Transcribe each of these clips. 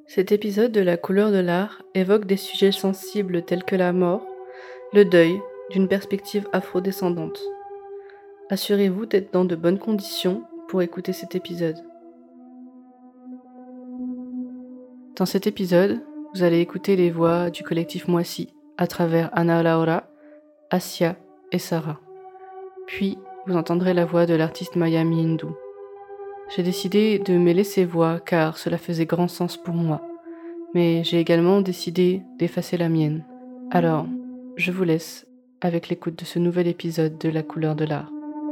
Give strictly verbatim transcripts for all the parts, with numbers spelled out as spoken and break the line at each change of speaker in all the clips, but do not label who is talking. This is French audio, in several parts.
Cet épisode de La couleur de l'art évoque des sujets sensibles tels que la mort, le deuil, d'une perspective afrodescendante. Assurez-vous d'être dans de bonnes conditions pour écouter cet épisode. Dans cet épisode, vous allez écouter les voix du collectif Moissy à travers Ana Laura, Asia et Sarah. Puis, vous entendrez la voix de l'artiste Maya Mihindu. J'ai décidé de mêler ces voix car cela faisait grand sens pour moi. Mais j'ai également décidé d'effacer la mienne. Alors, je vous laisse avec l'écoute de ce nouvel épisode de La couleur de l'art.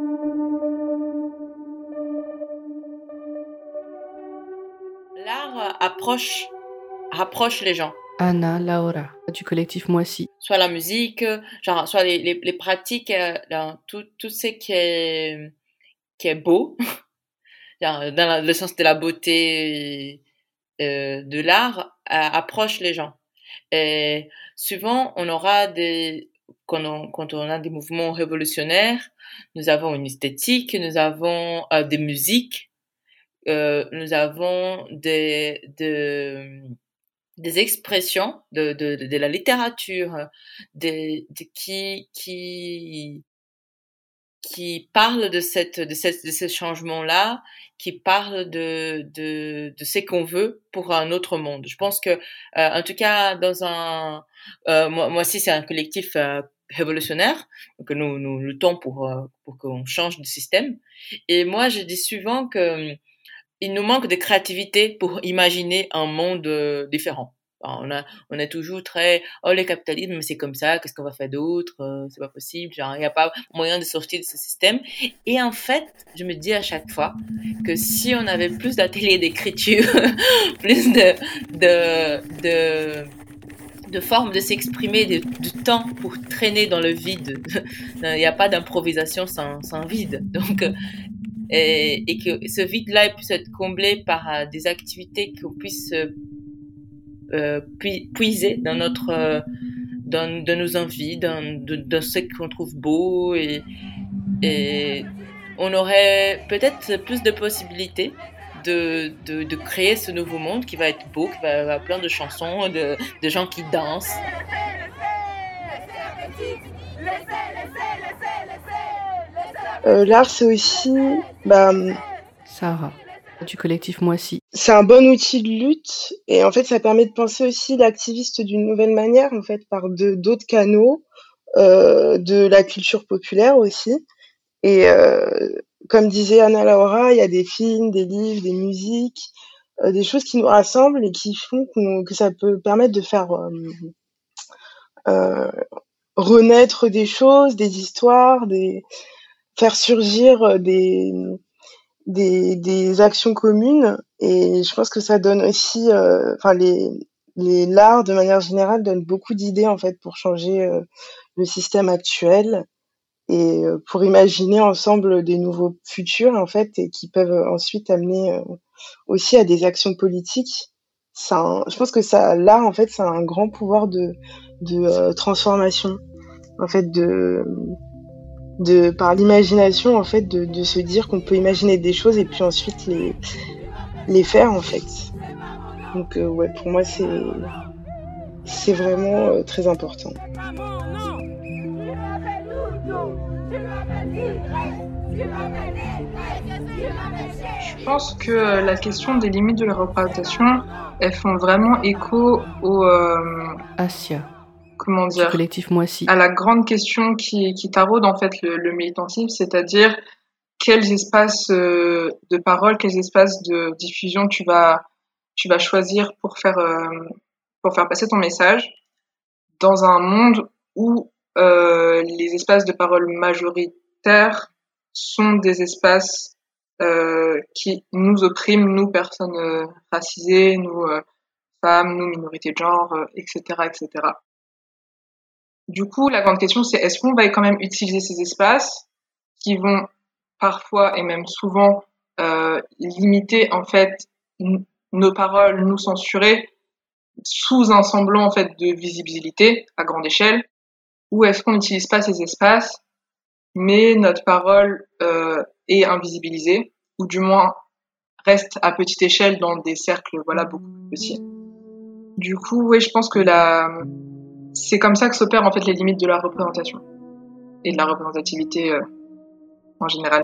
L'art approche, rapproche les gens.
Ana Laura, du collectif Moissy.
Soit la musique, genre, soit les, les, les pratiques, dans tout, tout ce qui est, qui est beau, genre, dans le sens de la beauté euh, de l'art, euh, approche les gens. Et souvent, on aura des, quand on, quand on a des mouvements révolutionnaires, nous avons une esthétique, nous avons euh, des musiques, euh, nous avons des, des, des expressions de, de, de la littérature, de, de qui, qui, qui parlent de cette, de cette, de ce changement-là, qui parlent de, de, de ce qu'on veut pour un autre monde. Je pense que, euh, en tout cas, dans un, euh, moi, moi aussi, c'est un collectif euh, révolutionnaire que nous, nous luttons pour, euh, pour qu'on change de système. Et moi, je dis souvent que il nous manque de créativité pour imaginer un monde euh, différent. Alors, on a, on est toujours très, oh, le capitalisme, c'est comme ça, qu'est-ce qu'on va faire d'autre, euh, c'est pas possible, genre, il n'y a pas moyen de sortir de ce système. Et en fait, je me dis à chaque fois que si on avait plus d'ateliers d'écriture, plus de, de, de, de formes de s'exprimer, de, de temps pour traîner dans le vide, il n'y a pas d'improvisation sans, sans vide. Donc, et, et que ce vide-là puisse être comblé par euh, des activités qu'on puisse euh, puiser dans notre, euh, dans, dans nos envies, dans, de, dans ce qu'on trouve beau, et, et on aurait peut-être plus de possibilités de, de, de créer ce nouveau monde qui va être beau, qui va avoir plein de chansons, de, de gens qui dansent.
Euh, l'art, c'est aussi, bah,
Sarah, du collectif Moissy.
C'est un bon outil de lutte et en fait, ça permet de penser aussi l'activiste d'une nouvelle manière, en fait, par de, d'autres canaux, euh, de la culture populaire aussi. Et euh, comme disait Ana Laura, il y a des films, des livres, des musiques, euh, des choses qui nous rassemblent et qui font qu'on, que ça peut permettre de faire euh, euh, renaître des choses, des histoires, des faire surgir des des des actions communes. Et je pense que ça donne aussi euh, enfin les les l'art de manière générale donne beaucoup d'idées en fait pour changer euh, le système actuel et euh, pour imaginer ensemble des nouveaux futurs en fait et qui peuvent ensuite amener euh, aussi à des actions politiques. Ça un- je pense que ça l'art en fait ça a un grand pouvoir de de euh, transformation en fait de de par l'imagination en fait de, de se dire qu'on peut imaginer des choses et puis ensuite les les faire en fait. Donc euh, ouais, pour moi c'est c'est vraiment euh, très important.
Je pense que la question des limites de la représentation, elles font vraiment écho au euh,
Asia,
comment
du
dire,
collectif Moissy.
à la grande question qui, qui taraude en fait le, le militantisme, c'est-à-dire quels espaces euh, de parole, quels espaces de diffusion tu vas tu vas choisir pour faire euh, pour faire passer ton message dans un monde où euh, les espaces de parole majoritaires sont des espaces euh, qui nous oppriment, nous personnes euh, racisées, nous euh, femmes, nous minorités de genre, euh, et cetera, et cetera. Du coup, la grande question, c'est est-ce qu'on va quand même utiliser ces espaces qui vont parfois et même souvent euh, limiter en fait n- nos paroles, nous censurer sous un semblant en fait de visibilité à grande échelle, ou est-ce qu'on n'utilise pas ces espaces, mais notre parole euh, est invisibilisée, ou du moins reste à petite échelle dans des cercles voilà beaucoup plus petits. Du coup, oui, je pense que la... c'est comme ça que s'opèrent en fait les limites de la représentation et de la représentativité euh, en général.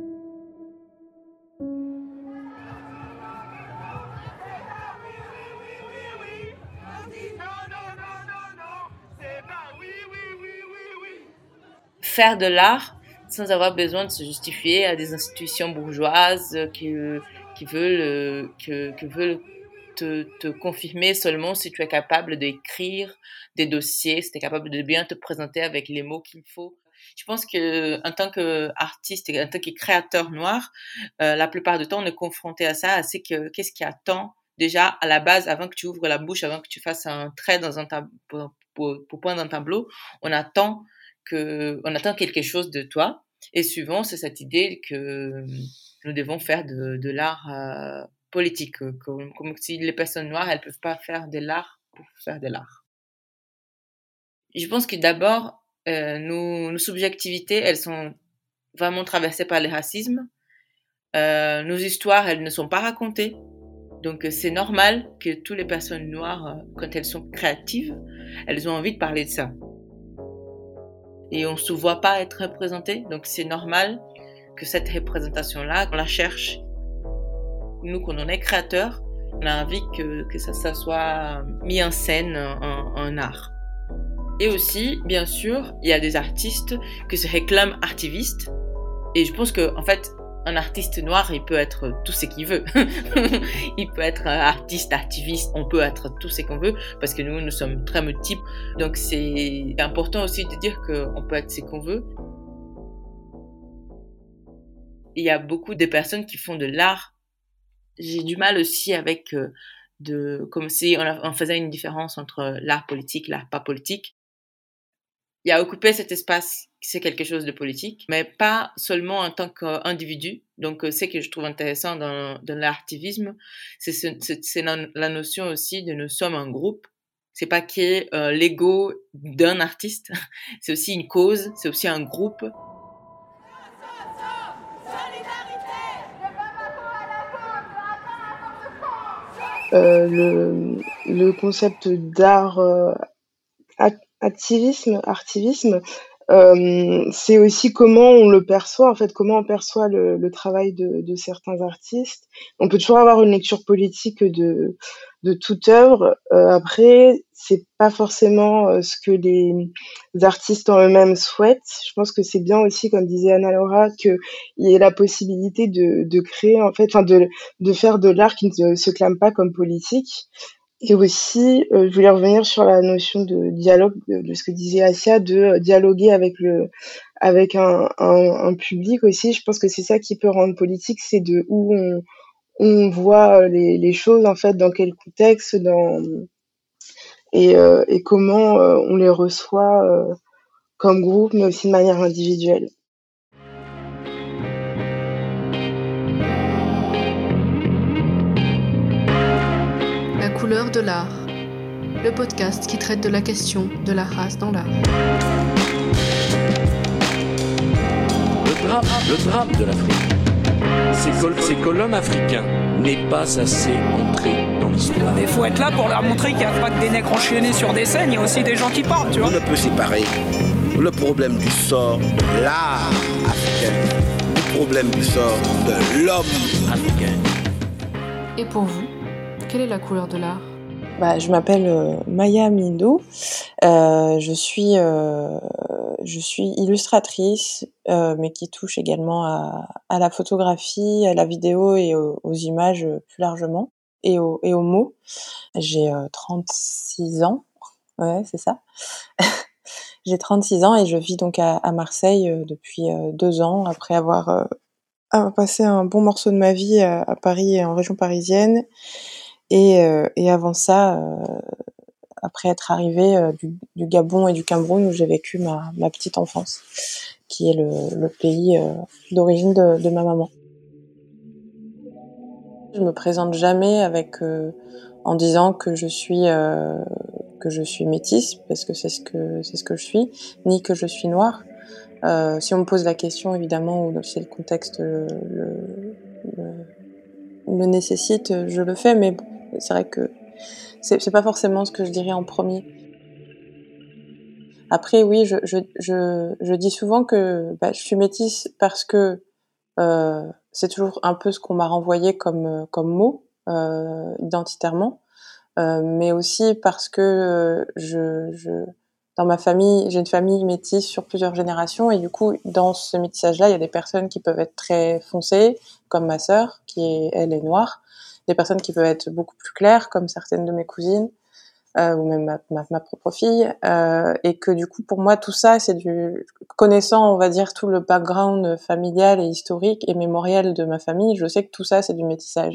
Faire de l'art sans avoir besoin de se justifier à des institutions bourgeoises qui, qui veulent, que, que veulent te, te confirmer seulement si tu es capable d'écrire des dossiers, si tu es capable de bien te présenter avec les mots qu'il faut. Je pense qu'en tant qu'artiste et en tant que créateur noir, euh, la plupart du temps, on est confronté à ça, c'est que qu'est-ce qui attend déjà à la base, avant que tu ouvres la bouche, avant que tu fasses un trait dans un tableau, pour, pour, pour peindre un tableau, on attend que, on attend quelque chose de toi. Et souvent, c'est cette idée que nous devons faire de, de l'art euh, politique, comme, comme si les personnes noires, elles peuvent pas faire de l'art pour faire de l'art. Je pense que d'abord, euh, nos, nos subjectivités, elles sont vraiment traversées par le racisme. Euh, nos histoires, elles ne sont pas racontées. Donc, c'est normal que toutes les personnes noires, quand elles sont créatives, elles ont envie de parler de ça. Et on ne se voit pas être représenté. Donc, c'est normal que cette représentation-là, on la cherche. Nous, quand on est créateur, on a envie que, que ça, ça soit mis en scène en, en art. Et aussi, bien sûr, il y a des artistes qui se réclament artivistes. Et je pense que, en fait, un artiste noir, il peut être tout ce qu'il veut. Il peut être artiste, activiste, on peut être tout ce qu'on veut, parce que nous, nous sommes très multiples. Donc, c'est important aussi de dire qu'on peut être ce qu'on veut. Il y a beaucoup de personnes qui font de l'art. J'ai du mal aussi avec, euh, de, comme si on, a, on faisait une différence entre l'art politique et l'art pas politique. Il y a occuper cet espace, c'est quelque chose de politique, mais pas seulement en tant qu'individu. Donc, ce que je trouve intéressant dans, dans l'artivisme, c'est, c'est, c'est la notion aussi de nous sommes un groupe. C'est pas que euh, l'ego d'un artiste, c'est aussi une cause, c'est aussi un groupe.
Euh, le, le concept d'art euh, activisme, artivisme, euh, c'est aussi comment on le perçoit, en fait, comment on perçoit le, le travail de, de certains artistes. On peut toujours avoir une lecture politique de, de toute œuvre. Euh, après, c'est pas forcément euh, ce que les artistes en eux-mêmes souhaitent. Je pense que c'est bien aussi, comme disait Anna Laura, qu'il y ait la possibilité de, de créer, en fait, enfin, de, de faire de l'art qui ne se clame pas comme politique. Et aussi, euh, je voulais revenir sur la notion de dialogue, de, de ce que disait Assia, de euh, dialoguer avec le, avec un, un, un public aussi. Je pense que c'est ça qui peut rendre politique, c'est de où on, on voit les, les choses, en fait, dans quel contexte, dans, et, euh, et comment euh, on les reçoit euh, comme groupe, mais aussi de manière individuelle.
La couleur de l'art, le podcast qui traite de la question de la race dans l'art.
Le drame, le drame de l'Afrique, ces, col- ces colons africains n'est pas assez entré dans l'histoire.
Il faut être là pour leur montrer qu'il n'y a pas que des nègres enchaînés sur des scènes, il y a aussi des gens qui parlent, tu vois.
On ne peut séparer le problème du sort de l'art africain du problème du sort de l'homme africain.
Et pour vous, quelle est la couleur de l'art ?
Bah, je m'appelle euh, Maya Mindo, euh, je suis euh, je suis illustratrice, euh, mais qui touche également à, à la photographie, à la vidéo et aux, aux images plus largement, et aux, et aux mots. J'ai euh, trente-six ans, ouais c'est ça. J'ai trente-six ans et je vis donc à, à Marseille euh, depuis euh, deux ans, après avoir, euh, avoir passé un bon morceau de ma vie à, à Paris et en région parisienne. Et, euh, et avant ça, euh, après être arrivée euh, du, du Gabon et du Cameroun où j'ai vécu ma, ma petite enfance, qui est le, le pays euh, d'origine de, de ma maman. Je me présente jamais avec euh, en disant que je suis euh, que je suis métisse, parce que c'est ce que c'est ce que je suis, ni que je suis noire. Euh, si on me pose la question, évidemment, ou si le contexte le, le, le, le nécessite, je le fais, mais bon, c'est vrai que c'est, c'est pas forcément ce que je dirais en premier. Après, oui, je, je, je, je dis souvent que bah, je suis métisse parce que euh, c'est toujours un peu ce qu'on m'a renvoyé comme, comme mot euh, identitairement, euh, mais aussi parce que euh, je, je, dans ma famille, j'ai une famille métisse sur plusieurs générations, et du coup, dans ce métissage-là, il y a des personnes qui peuvent être très foncées, comme ma sœur, qui est, elle est noire, des personnes qui peuvent être beaucoup plus claires, comme certaines de mes cousines, euh, ou même ma, ma, ma propre fille, euh, et que du coup, pour moi, tout ça, c'est du connaissant, on va dire, tout le background familial et historique et mémoriel de ma famille, je sais que tout ça, c'est du métissage.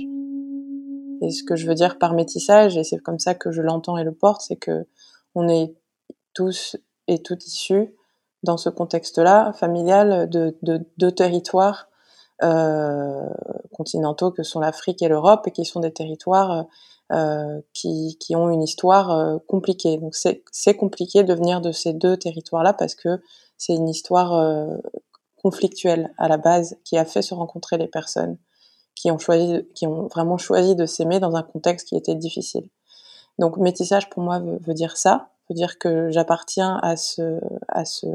Et ce que je veux dire par métissage, et c'est comme ça que je l'entends et le porte, c'est que on est tous et toutes issus, dans ce contexte-là, familial, de deux de territoires euh, continentaux que sont l'Afrique et l'Europe, et qui sont des territoires euh, qui, qui ont une histoire euh, compliquée. Donc c'est, c'est compliqué de venir de ces deux territoires-là, parce que c'est une histoire euh, conflictuelle à la base, qui a fait se rencontrer les personnes qui ont choisi, qui ont vraiment choisi de s'aimer dans un contexte qui était difficile. Donc métissage pour moi veut, veut dire ça, veut dire que j'appartiens à ce, à ce,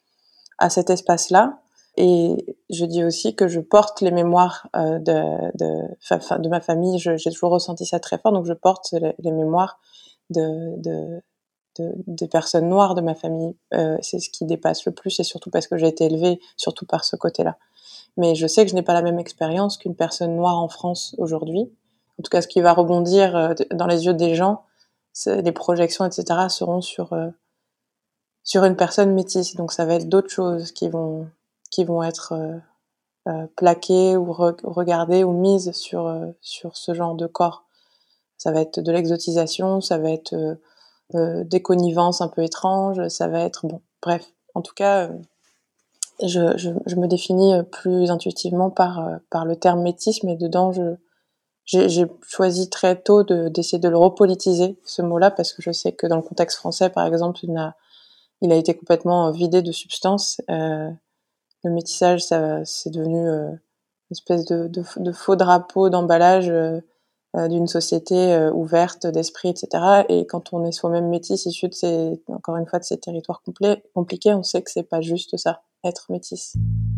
à cet espace-là. Et je dis aussi que je porte les mémoires euh, de, de, de ma famille. Je, j'ai toujours ressenti ça très fort, donc je porte les, les mémoires de, de, de, des personnes noires de ma famille. Euh, c'est ce qui dépasse le plus, et surtout parce que j'ai été élevée surtout par ce côté-là. Mais je sais que je n'ai pas la même expérience qu'une personne noire en France aujourd'hui. En tout cas, ce qui va rebondir euh, dans les yeux des gens, c'est, les projections, et cetera, seront sur euh, sur une personne métisse. Donc ça va être d'autres choses qui vont qui vont être euh, euh, plaquées ou re- regardées ou mises sur euh, sur ce genre de corps. Ça va être de l'exotisation, ça va être euh, euh, des connivences un peu étranges, ça va être bon. Bref, en tout cas, euh, je, je je me définis plus intuitivement par euh, par le terme métis, mais dedans je j'ai, j'ai choisi très tôt de d'essayer de le repolitiser, ce mot-là, parce que je sais que dans le contexte français, par exemple, il a il a été complètement vidé de substance. Euh, le métissage, ça, c'est devenu euh, une espèce de, de, de faux drapeau d'emballage euh, euh, d'une société euh, ouverte d'esprit, et cetera. Et quand on est soi-même métis, issu de ces, encore une fois, de ces territoires complets, compliqués, on sait que c'est pas juste ça, être métis.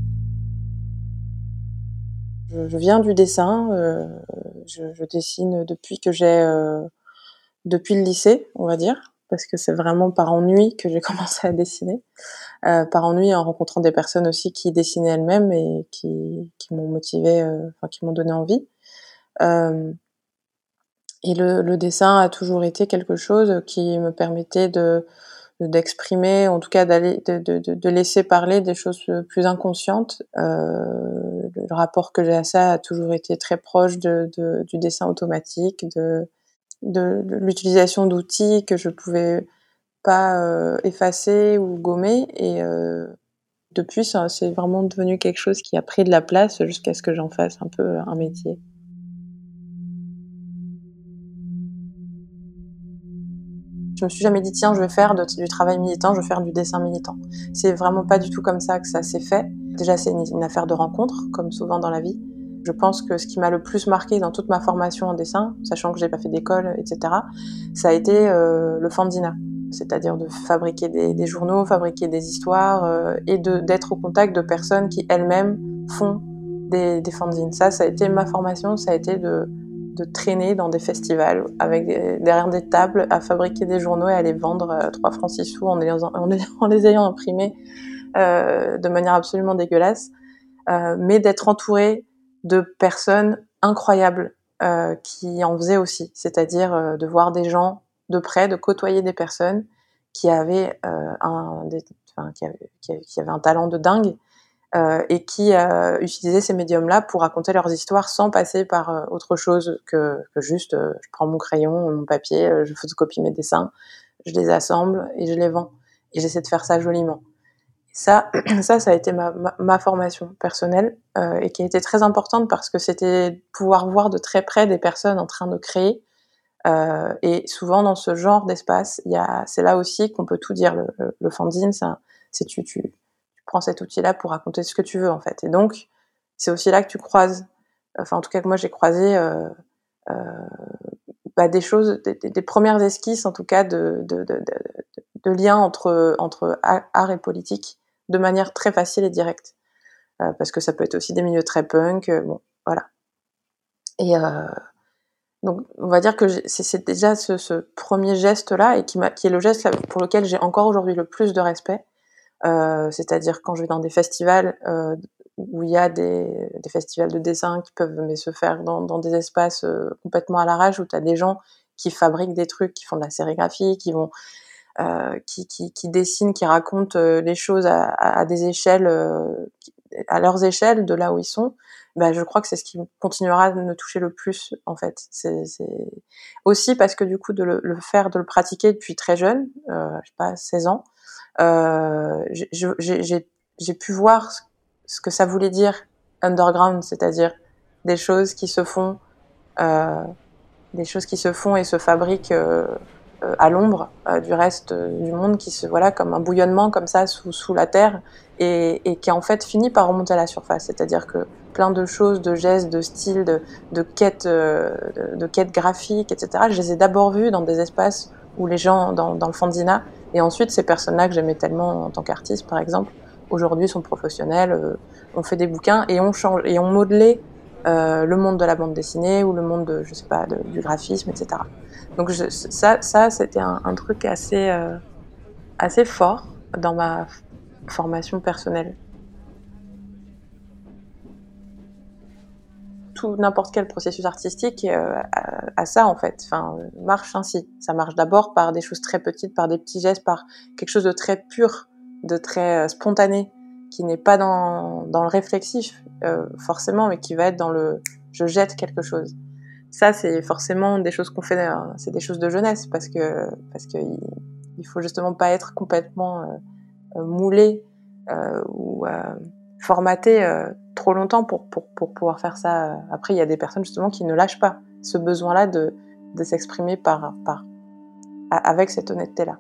Je, je viens du dessin. Euh, je, je dessine depuis que j'ai, euh, depuis le lycée, on va dire, parce que c'est vraiment par ennui que j'ai commencé à dessiner. Euh, par ennui, en rencontrant des personnes aussi qui dessinaient elles-mêmes et qui, qui m'ont motivée, euh, enfin qui m'ont donné envie. Euh, et le, le dessin a toujours été quelque chose qui me permettait de, de d'exprimer, en tout cas d'aller, de, de, de laisser parler des choses plus inconscientes. Euh, le rapport que j'ai à ça a toujours été très proche de, de, du dessin automatique, de, de, de l'utilisation d'outils que je pouvais pas euh, effacer ou gommer, et euh, depuis, ça, c'est vraiment devenu quelque chose qui a pris de la place jusqu'à ce que j'en fasse un peu un métier. Je me suis jamais dit, tiens, je vais faire de, du travail militant, je vais faire du dessin militant. C'est vraiment pas du tout comme ça que ça s'est fait. Déjà, c'est une, une affaire de rencontre, comme souvent dans la vie. Je pense que ce qui m'a le plus marqué dans toute ma formation en dessin, sachant que j'ai pas fait d'école, et cetera, ça a été euh, le fanzina. C'est-à-dire de fabriquer des, des journaux, fabriquer des histoires, euh, et de, d'être au contact de personnes qui elles-mêmes font des, des fanzines. Ça, ça a été ma formation, ça a été de, de traîner dans des festivals avec des, derrière des tables à fabriquer des journaux et à les vendre euh, trois francs six sous en, ayant, en, en les ayant imprimés euh, de manière absolument dégueulasse, euh, mais d'être entourée de personnes incroyables euh, qui en faisaient aussi, c'est-à-dire euh, de voir des gens de près, de côtoyer des personnes qui avaient euh, un, des, enfin, qui avaient, qui avaient, qui avaient un talent de dingue, euh, et qui euh, utilisaient ces médiums-là pour raconter leurs histoires sans passer par euh, autre chose que, que juste euh, je prends mon crayon, mon papier, euh, je photocopie mes dessins, je les assemble et je les vends. Et j'essaie de faire ça joliment. Ça, ça, ça a été ma, ma, ma formation personnelle, euh, et qui a été très importante parce que c'était pouvoir voir de très près des personnes en train de créer. Euh, et souvent dans ce genre d'espace, il y a, c'est là aussi qu'on peut tout dire. Le, le, le fanzine, c'est, un, c'est tu, tu, tu prends cet outil-là pour raconter ce que tu veux en fait. Et donc, c'est aussi là que tu croises. Enfin, en tout cas, que moi j'ai croisé euh, euh, bah, des choses, des, des premières esquisses en tout cas de, de, de, de, de liens entre, entre art et politique de manière très facile et directe. Euh, parce que ça peut être aussi des milieux très punk, euh, bon, voilà. Et euh, donc, on va dire que c'est, c'est déjà ce, ce premier geste-là, et qui, m'a, qui est le geste pour lequel j'ai encore aujourd'hui le plus de respect. Euh, c'est-à-dire quand je vais dans des festivals euh, où il y a des, des festivals de dessin qui peuvent mais se faire dans, dans des espaces euh, complètement à l'arrache, où tu as des gens qui fabriquent des trucs, qui font de la sérigraphie, qui vont euh, qui, qui, qui dessinent, qui racontent euh, les choses à, à, à des échelles, euh, à leurs échelles, de là où ils sont. Bah, je crois que c'est ce qui continuera de me toucher le plus, en fait. C'est, c'est... aussi parce que du coup, de le, le faire, de le pratiquer depuis très jeune, euh, je sais pas, seize ans, euh, j'ai, j'ai, j'ai pu voir ce que ça voulait dire underground, c'est-à-dire des choses qui se font, euh, des choses qui se font et se fabriquent euh, euh, à l'ombre euh, du reste euh, du monde, qui se, voilà, comme un bouillonnement comme ça sous, sous la terre, et, et qui en fait finit par remonter à la surface. C'est-à-dire que plein de choses, de gestes, de styles, de, de quêtes, euh, de, de quêtes graphiques, et cetera. Je les ai d'abord vus dans des espaces où les gens, dans, dans le Fandina, et ensuite ces personnes-là que j'aimais tellement en tant qu'artiste, par exemple, aujourd'hui sont professionnels, euh, ont fait des bouquins et ont changé, et ont modelé euh, le monde de la bande dessinée ou le monde de, je sais pas, de, du graphisme, et cetera. Donc je, ça, ça, c'était un, un truc assez, euh, assez fort dans ma formation personnelle. Tout, n'importe quel processus artistique euh, a, a ça en fait, enfin, marche ainsi. Ça marche d'abord par des choses très petites, par des petits gestes, par quelque chose de très pur, de très euh, spontané, qui n'est pas dans, dans le réflexif euh, forcément, mais qui va être dans le je jette quelque chose. Ça, c'est forcément des choses qu'on fait, hein, c'est des choses de jeunesse, parce que parce que il, il faut justement pas être complètement euh, moulé euh, ou euh, formaté euh, trop longtemps pour, pour, pour pouvoir faire ça. Après, il y a des personnes justement qui ne lâchent pas ce besoin-là de, de s'exprimer par, par, avec cette honnêteté-là.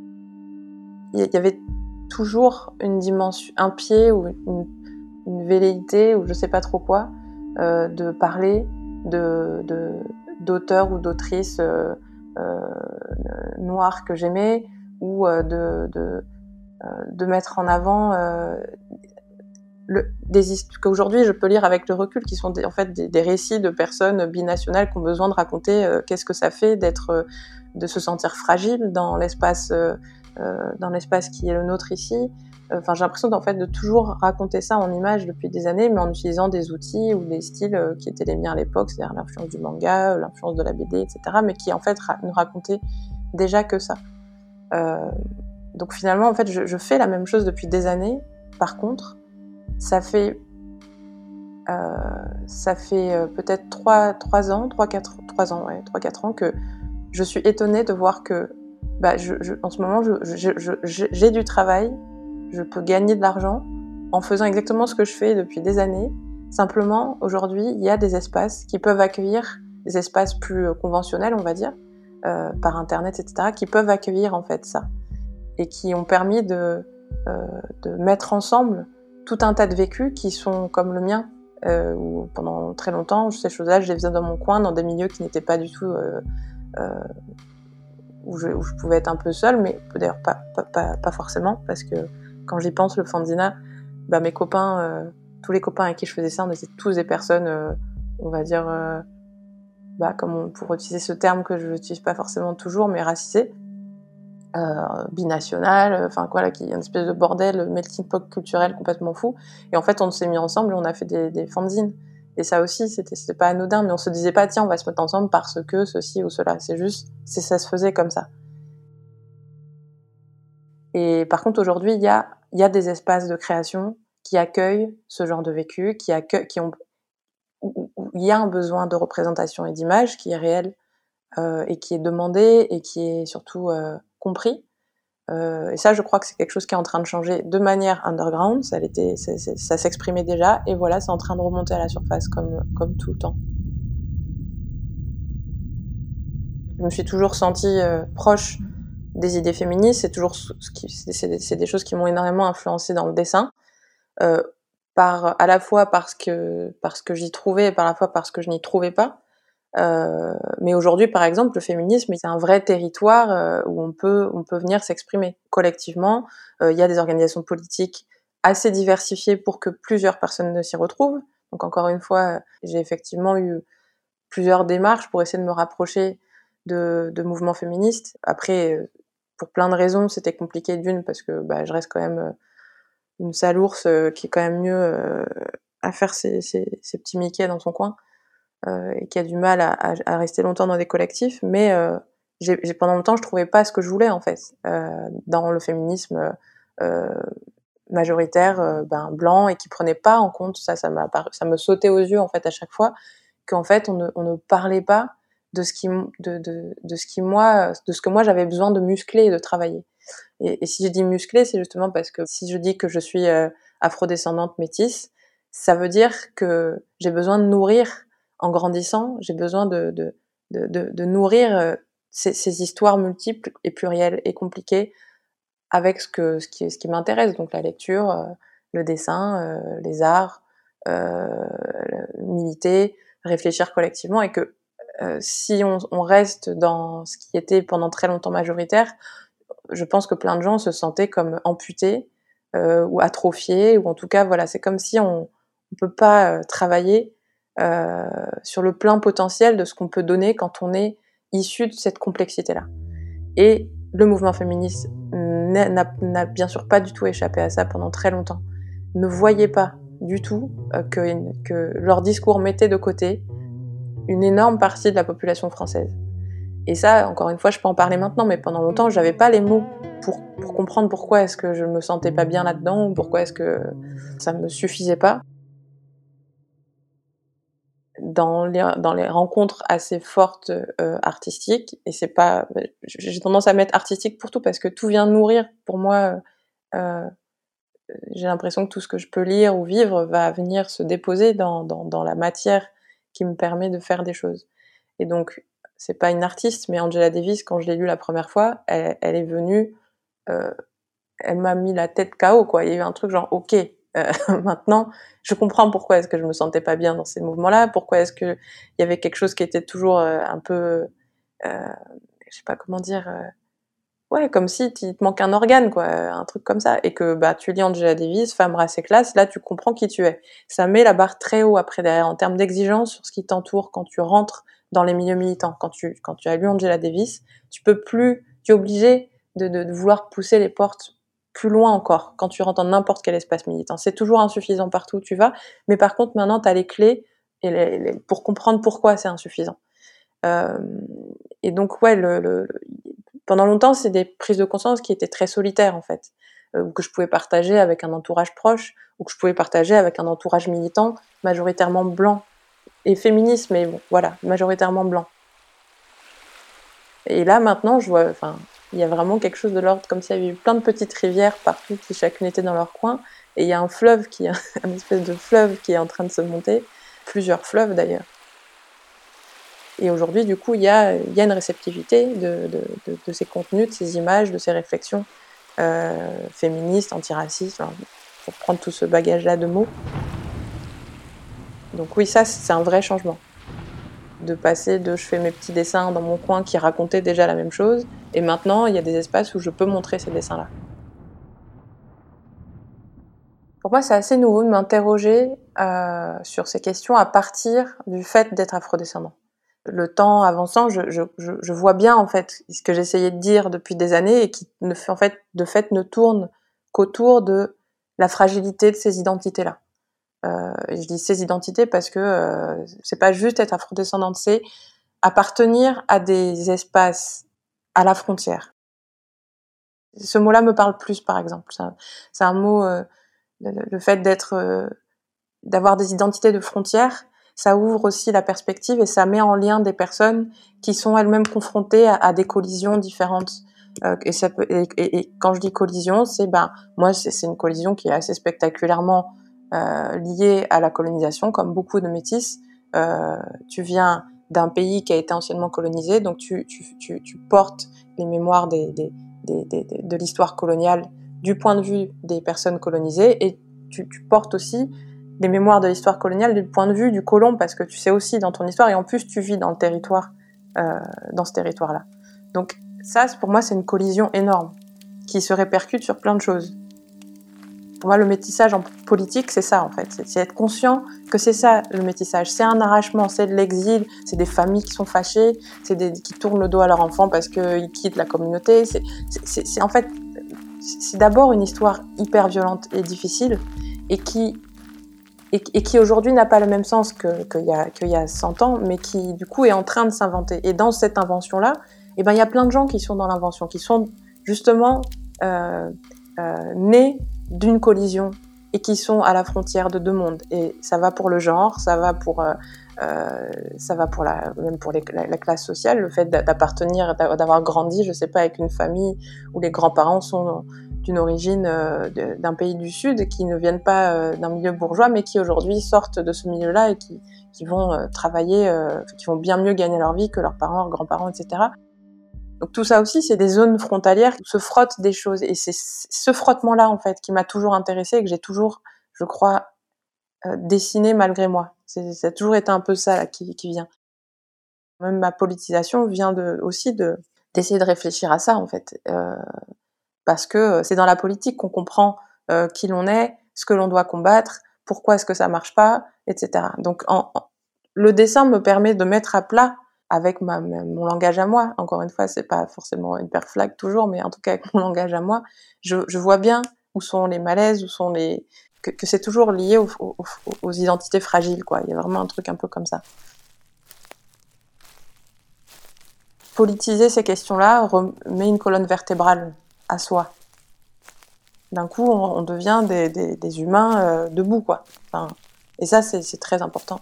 Il y avait toujours une dimension, un pied ou une, une velléité, ou je sais pas trop quoi, euh, de parler de, de, d'auteurs ou d'autrices euh, euh, noires que j'aimais, ou euh, de, de, euh, de mettre en avant euh, Le, des histoires qu'aujourd'hui je peux lire avec le recul, qui sont des, en fait des, des récits de personnes binationales qui ont besoin de raconter euh, qu'est-ce que ça fait d'être, euh, de se sentir fragile dans l'espace, euh, euh, dans l'espace qui est le nôtre ici. Enfin, euh, j'ai l'impression d'en fait de toujours raconter ça en images depuis des années, mais en utilisant des outils ou des styles euh, qui étaient les miens à l'époque, c'est-à-dire l'influence du manga, l'influence de la B D, et cetera, mais qui en fait ra- ne racontaient déjà que ça. Euh, donc finalement, en fait, je, je fais la même chose depuis des années. Par contre, ça fait, euh, ça fait euh, peut-être trois, trois ans, trois, quatre, trois ans, ouais, trois, quatre ans que je suis étonnée de voir que, bah, je, je, en ce moment, je, je, je, je, j'ai du travail, je peux gagner de l'argent en faisant exactement ce que je fais depuis des années. Simplement, aujourd'hui, il y a des espaces qui peuvent accueillir, des espaces plus conventionnels, on va dire, euh, par Internet, et cetera, qui peuvent accueillir en fait ça, et qui ont permis de, euh, de mettre ensemble tout un tas de vécus qui sont comme le mien, euh, où pendant très longtemps, ces choses-là, je les faisais dans mon coin, dans des milieux qui n'étaient pas du tout... Euh, euh, où, je, où je pouvais être un peu seule, mais d'ailleurs pas, pas, pas, pas forcément, parce que quand j'y pense, le Fandina, bah, mes copains, euh, tous les copains avec qui je faisais ça, on était tous des personnes, euh, on va dire, euh, bah, comme on, pour utiliser ce terme que je n'utilise pas forcément toujours, mais racisées. Euh, binational, enfin quoi là, qui est une espèce de bordel, melting pot culturel complètement fou. Et en fait, on s'est mis ensemble et on a fait des, des fanzines. Et ça aussi, c'était, c'était pas anodin, mais on se disait pas, tiens, on va se mettre ensemble parce que ceci ou cela. C'est juste, c'est, ça se faisait comme ça. Et par contre, aujourd'hui, il y a, il y a des espaces de création qui accueillent ce genre de vécu, qui accueillent, qui ont, où, où il y a un besoin de représentation et d'image qui est réel euh, et qui est demandé et qui est surtout euh, compris. Euh, et ça, je crois que c'est quelque chose qui est en train de changer de manière underground. Ça, l'était, c'est, c'est, ça s'exprimait déjà, et voilà, c'est en train de remonter à la surface comme, comme tout le temps. Je me suis toujours sentie euh, proche des idées féministes. C'est toujours ce qui, c'est, des, c'est des choses qui m'ont énormément influencée dans le dessin, euh, par à la fois parce que parce que j'y trouvais, et par la fois parce que je n'y trouvais pas. Euh, mais aujourd'hui, par exemple, le féminisme, c'est un vrai territoire euh, où on peut, on peut venir s'exprimer collectivement. Il euh, y a des organisations politiques assez diversifiées pour que plusieurs personnes ne s'y retrouvent. Donc encore une fois, j'ai effectivement eu plusieurs démarches pour essayer de me rapprocher de, de mouvements féministes. Après, pour plein de raisons, c'était compliqué d'une parce que bah, je reste quand même une sale ours euh, qui est quand même mieux euh, à faire ses, ses, ses petits Mickey dans son coin. Euh, et qui a du mal à, à, à rester longtemps dans des collectifs, mais euh, j'ai, j'ai, pendant longtemps, je trouvais pas ce que je voulais, en fait, euh, dans le féminisme euh, majoritaire, euh, ben, blanc, et qui prenait pas en compte, ça, ça, m'a, ça me sautait aux yeux, en fait, à chaque fois, qu'en fait, on ne, on ne parlait pas de ce qui, de, de, de ce qui, moi, de ce que moi, j'avais besoin de muscler et de travailler. Et, et si je dis muscler, c'est justement parce que si je dis que je suis euh, afrodescendante métisse, ça veut dire que j'ai besoin de nourrir en grandissant, j'ai besoin de, de, de, de, de nourrir euh, ces, ces histoires multiples et plurielles et compliquées avec ce, que, ce, qui, ce qui m'intéresse, donc la lecture, euh, le dessin, euh, les arts, euh, militer, réfléchir collectivement, et que euh, si on, on reste dans ce qui était pendant très longtemps majoritaire, je pense que plein de gens se sentaient comme amputés euh, ou atrophiés, ou en tout cas, voilà, c'est comme si on ne peut pas euh, travailler Euh, sur le plein potentiel de ce qu'on peut donner quand on est issu de cette complexité-là. Et le mouvement féministe n'a, n'a, n'a bien sûr pas du tout échappé à ça pendant très longtemps. Ne voyait pas du tout euh, que, que leur discours mettait de côté une énorme partie de la population française. Et ça, encore une fois, je peux en parler maintenant, mais pendant longtemps, j'avais pas les mots pour, pour comprendre pourquoi est-ce que je me sentais pas bien là-dedans, ou pourquoi est-ce que ça me suffisait pas. Dans les, dans les rencontres assez fortes euh, artistiques, et c'est pas, j'ai tendance à mettre artistique pour tout parce que tout vient nourrir pour moi. Euh, j'ai l'impression que tout ce que je peux lire ou vivre va venir se déposer dans, dans, dans la matière qui me permet de faire des choses. Et donc, c'est pas une artiste, mais Angela Davis, quand je l'ai lue la première fois, elle, elle est venue, euh, elle m'a mis la tête K O, quoi. Il y a eu un truc genre, ok, Euh, maintenant, je comprends pourquoi est-ce que je me sentais pas bien dans ces mouvements-là, pourquoi est-ce que il y avait quelque chose qui était toujours euh, un peu, euh, je sais pas comment dire, euh, ouais, comme si il te manque un organe, quoi, un truc comme ça, et que bah tu lis Angela Davis, femme, race et classe, là tu comprends qui tu es. Ça met la barre très haut après derrière en termes d'exigence sur ce qui t'entoure quand tu rentres dans les milieux militants. Quand tu quand tu as lu Angela Davis, tu peux plus, tu es obligé de, de, de vouloir pousser les portes plus loin encore, quand tu rentres dans n'importe quel espace militant. C'est toujours insuffisant partout où tu vas, mais par contre, maintenant, tu as les clés et les, les, pour comprendre pourquoi c'est insuffisant. Euh, et donc, ouais, le, le, pendant longtemps, c'est des prises de conscience qui étaient très solitaires, en fait, euh, que je pouvais partager avec un entourage proche, ou que je pouvais partager avec un entourage militant, majoritairement blanc, et féministe, mais bon, voilà, majoritairement blanc. Et là, maintenant, je vois, enfin, il y a vraiment quelque chose de l'ordre, comme s'il y avait eu plein de petites rivières partout, qui chacune était dans leur coin, et il y a un fleuve, qui, un espèce de fleuve qui est en train de se monter, plusieurs fleuves d'ailleurs. Et aujourd'hui, du coup, il y a, il y a une réceptivité de, de, de, de ces contenus, de ces images, de ces réflexions euh, féministes, antiracistes, enfin, pour prendre tout ce bagage-là de mots. Donc oui, ça, c'est un vrai changement. De passer de je fais mes petits dessins dans mon coin qui racontaient déjà la même chose, et maintenant il y a des espaces où je peux montrer ces dessins-là. Pour moi, c'est assez nouveau de m'interroger euh, sur ces questions à partir du fait d'être afrodescendant. Le temps avançant, je, je, je, je vois bien en fait ce que j'essayais de dire depuis des années et qui ne fait, en fait, de fait ne tourne qu'autour de la fragilité de ces identités-là. Euh, et je dis ces identités parce que euh, c'est pas juste être afrodescendante, c'est appartenir à des espaces à la frontière. Ce mot-là me parle plus, par exemple. C'est un, c'est un mot, euh, le, le fait d'être, euh, d'avoir des identités de frontières, ça ouvre aussi la perspective et ça met en lien des personnes qui sont elles-mêmes confrontées à, à des collisions différentes. Euh, et, ça peut, et, et, et quand je dis collision, c'est ben moi c'est, c'est une collision qui est assez spectaculairement euh, liée à la colonisation, comme beaucoup de métis. Euh, tu viens d'un pays qui a été anciennement colonisé, donc tu, tu, tu, tu portes les mémoires des, des, des, des, de l'histoire coloniale du point de vue des personnes colonisées, et tu, tu portes aussi les mémoires de l'histoire coloniale du point de vue du colon, parce que tu sais aussi dans ton histoire, et en plus tu vis dans le territoire, euh, dans ce territoire-là. Donc ça, pour moi, c'est une collision énorme, qui se répercute sur plein de choses. Pour moi, le métissage en politique, c'est ça, en fait. C'est, c'est être conscient que c'est ça, le métissage. C'est un arrachement, c'est de l'exil, c'est des familles qui sont fâchées, c'est des qui tournent le dos à leurs enfants parce qu'ils quittent la communauté. C'est, c'est, c'est, c'est en fait, c'est d'abord une histoire hyper violente et difficile, et qui, et, et qui aujourd'hui n'a pas le même sens que, qu'il y a, qu'il y a cent ans, mais qui, du coup, est en train de s'inventer. Et dans cette invention-là, eh ben, il y a plein de gens qui sont dans l'invention, qui sont justement euh, euh, nés d'une collision et qui sont à la frontière de deux mondes. Et ça va pour le genre, ça va pour, euh, euh, ça va pour la, même pour les, la, la classe sociale, le fait d'appartenir, d'avoir grandi, je sais pas, avec une famille où les grands-parents sont d'une origine euh, d'un pays du Sud, qui ne viennent pas euh, d'un milieu bourgeois, mais qui aujourd'hui sortent de ce milieu-là et qui, qui vont euh, travailler, euh, qui vont bien mieux gagner leur vie que leurs parents, leurs grands-parents, et cetera. Donc tout ça aussi, c'est des zones frontalières où se frottent des choses. Et c'est ce frottement-là, en fait, qui m'a toujours intéressée et que j'ai toujours, je crois, euh, dessiné malgré moi. C'est, ça a toujours été un peu ça là, qui, qui vient. Même ma politisation vient de, aussi de, d'essayer de réfléchir à ça, en fait. Euh, parce que c'est dans la politique qu'on comprend euh, qui l'on est, ce que l'on doit combattre, pourquoi est-ce que ça marche pas, et cetera. Donc en, en, le dessin me permet de mettre à plat avec ma, mon langage à moi, encore une fois, c'est pas forcément hyper flag toujours, mais en tout cas avec mon langage à moi, je, je vois bien où sont les malaises, où sont les... que, que c'est toujours lié aux, aux, aux identités fragiles, quoi. Il y a vraiment un truc un peu comme ça. Politiser ces questions-là remet une colonne vertébrale à soi. D'un coup, on, on devient des, des, des humains euh, debout, quoi. Enfin, et ça, c'est, c'est très important.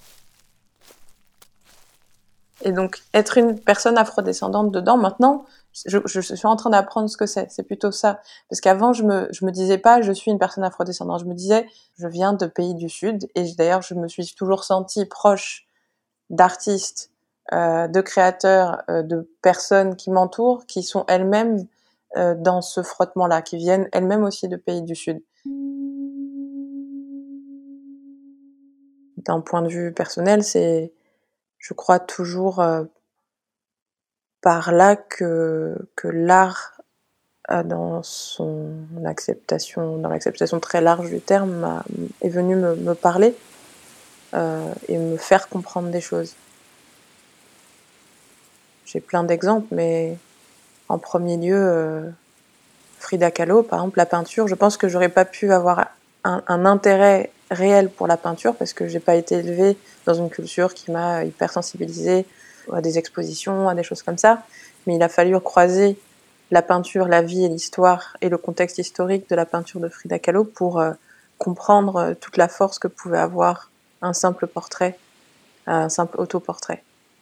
Et donc, être une personne afrodescendante dedans, maintenant, je, je suis en train d'apprendre ce que c'est. C'est plutôt ça. Parce qu'avant, je me, je me disais pas, je suis une personne afrodescendante. Je me disais, je viens de pays du Sud. Et d'ailleurs, je me suis toujours sentie proche d'artistes, euh, de créateurs, euh, de personnes qui m'entourent, qui sont elles-mêmes euh, dans ce frottement-là, qui viennent elles-mêmes aussi de pays du Sud. D'un point de vue personnel, c'est... Je crois toujours euh, par là que, que l'art, euh, dans son acceptation, dans l'acceptation très large du terme, est venu me, me parler euh, et me faire comprendre des choses. J'ai plein d'exemples, mais en premier lieu, euh, Frida Kahlo, par exemple, la peinture. Je pense que j'aurais pas pu avoir un, un intérêt réel pour la peinture parce que j'ai pas été élevée dans une culture qui m'a hyper sensibilisée à des expositions, à des choses comme ça. Mais il a fallu croiser la peinture, la vie et l'histoire et le contexte historique de la peinture de Frida Kahlo pour euh, comprendre euh, toute la force que pouvait avoir un simple portrait, un simple autoportrait.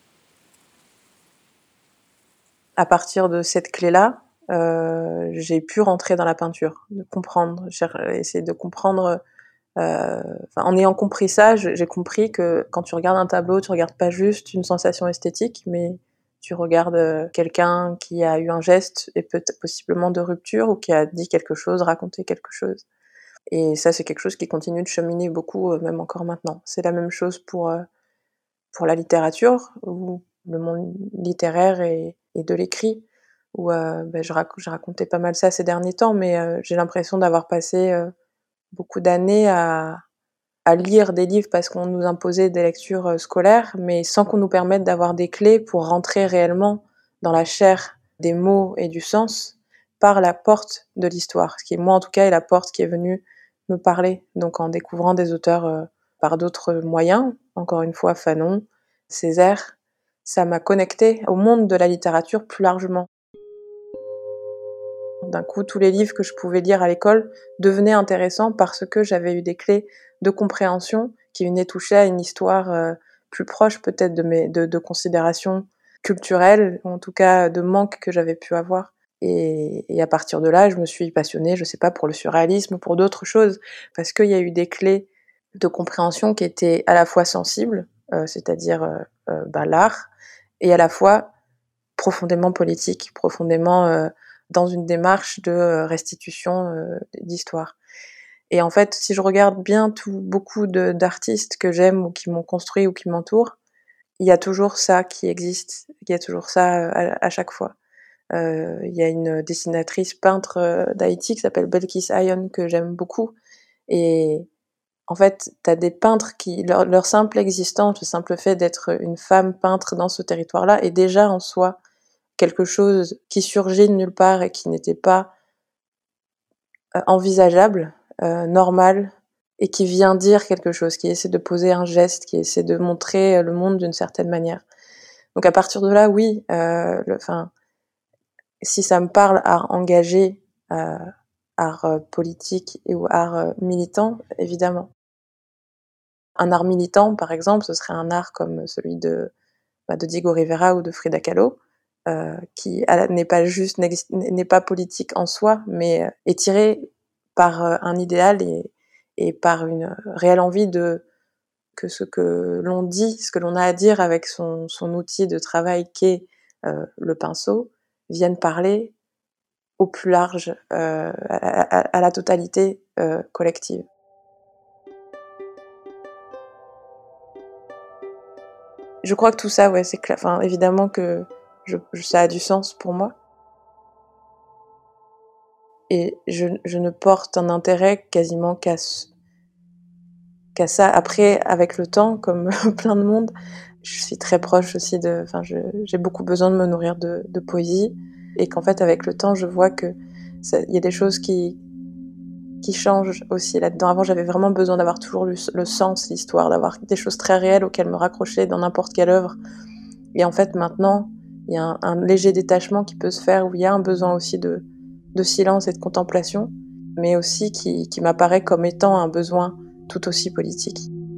À partir de cette clé-là, euh, j'ai pu rentrer dans la peinture, de comprendre, essayer de comprendre. Euh, en ayant compris ça, j'ai compris que quand tu regardes un tableau, tu regardes pas juste une sensation esthétique, mais tu regardes quelqu'un qui a eu un geste et peut-être possiblement de rupture ou qui a dit quelque chose, raconté quelque chose. Et ça, c'est quelque chose qui continue de cheminer beaucoup, même encore maintenant. C'est la même chose pour pour la littérature ou le monde littéraire et, et de l'écrit. Où euh, ben, je, rac- je racontais pas mal ça ces derniers temps, mais euh, j'ai l'impression d'avoir passé euh, beaucoup d'années à, à lire des livres parce qu'on nous imposait des lectures euh, scolaires, mais sans qu'on nous permette d'avoir des clés pour rentrer réellement dans la chair des mots et du sens par la porte de l'histoire, ce qui, moi en tout cas, est la porte qui est venue me parler, donc en découvrant des auteurs euh, par d'autres moyens, encore une fois Fanon, Césaire, ça m'a connectée au monde de la littérature plus largement. D'un coup, tous les livres que je pouvais lire à l'école devenaient intéressants parce que j'avais eu des clés de compréhension qui venaient toucher à une histoire euh, plus proche peut-être de mes de, de considérations culturelles, ou en tout cas de manques que j'avais pu avoir. Et, et à partir de là, je me suis passionnée, je sais pas, pour le surréalisme ou pour d'autres choses, parce qu'il y a eu des clés de compréhension qui étaient à la fois sensibles, euh, c'est-à-dire euh, euh, bah, l'art, et à la fois profondément politiques, profondément... Euh, dans une démarche de restitution euh, d'histoire. Et en fait, si je regarde bien tout, beaucoup de, d'artistes que j'aime ou qui m'ont construit ou qui m'entourent, il y a toujours ça qui existe, il y a toujours ça à, à chaque fois. Euh, il y a une dessinatrice peintre euh, d'Haïti qui s'appelle Belkis Ayon que j'aime beaucoup. Et en fait, t'as des peintres qui, leur, leur simple existence, le simple fait d'être une femme peintre dans ce territoire-là est déjà en soi quelque chose qui surgit de nulle part et qui n'était pas euh, envisageable, euh, normal, et qui vient dire quelque chose, qui essaie de poser un geste, qui essaie de montrer le monde d'une certaine manière. Donc à partir de là, oui, euh, le, enfin, si ça me parle art engagé, euh, art euh, politique et ou art euh, militant, évidemment. Un art militant, par exemple, ce serait un art comme celui de, bah, de Diego Rivera ou de Frida Kahlo, euh, qui n'est pas juste, n'est pas politique en soi, mais est tiré par un idéal et, et par une réelle envie de que ce que l'on dit, ce que l'on a à dire avec son, son outil de travail qu'est euh, le pinceau, vienne parler au plus large, euh, à, à, à la totalité euh, collective. Je crois que tout ça, ouais, c'est clair. Enfin, évidemment que je, ça a du sens pour moi. Et je, je ne porte un intérêt quasiment qu'à, qu'à ça. Après, avec le temps, comme plein de monde, je suis très proche aussi de... Enfin, je, j'ai beaucoup besoin de me nourrir de, de poésie. Et qu'en fait, avec le temps, je vois que il y a des choses qui, qui changent aussi là-dedans. Avant, j'avais vraiment besoin d'avoir toujours le, le sens, l'histoire, d'avoir des choses très réelles auxquelles me raccrocher dans n'importe quelle œuvre. Et en fait, maintenant, il y a un, un léger détachement qui peut se faire, où il y a un besoin aussi de, de silence et de contemplation, mais aussi qui, qui m'apparaît comme étant un besoin tout aussi politique.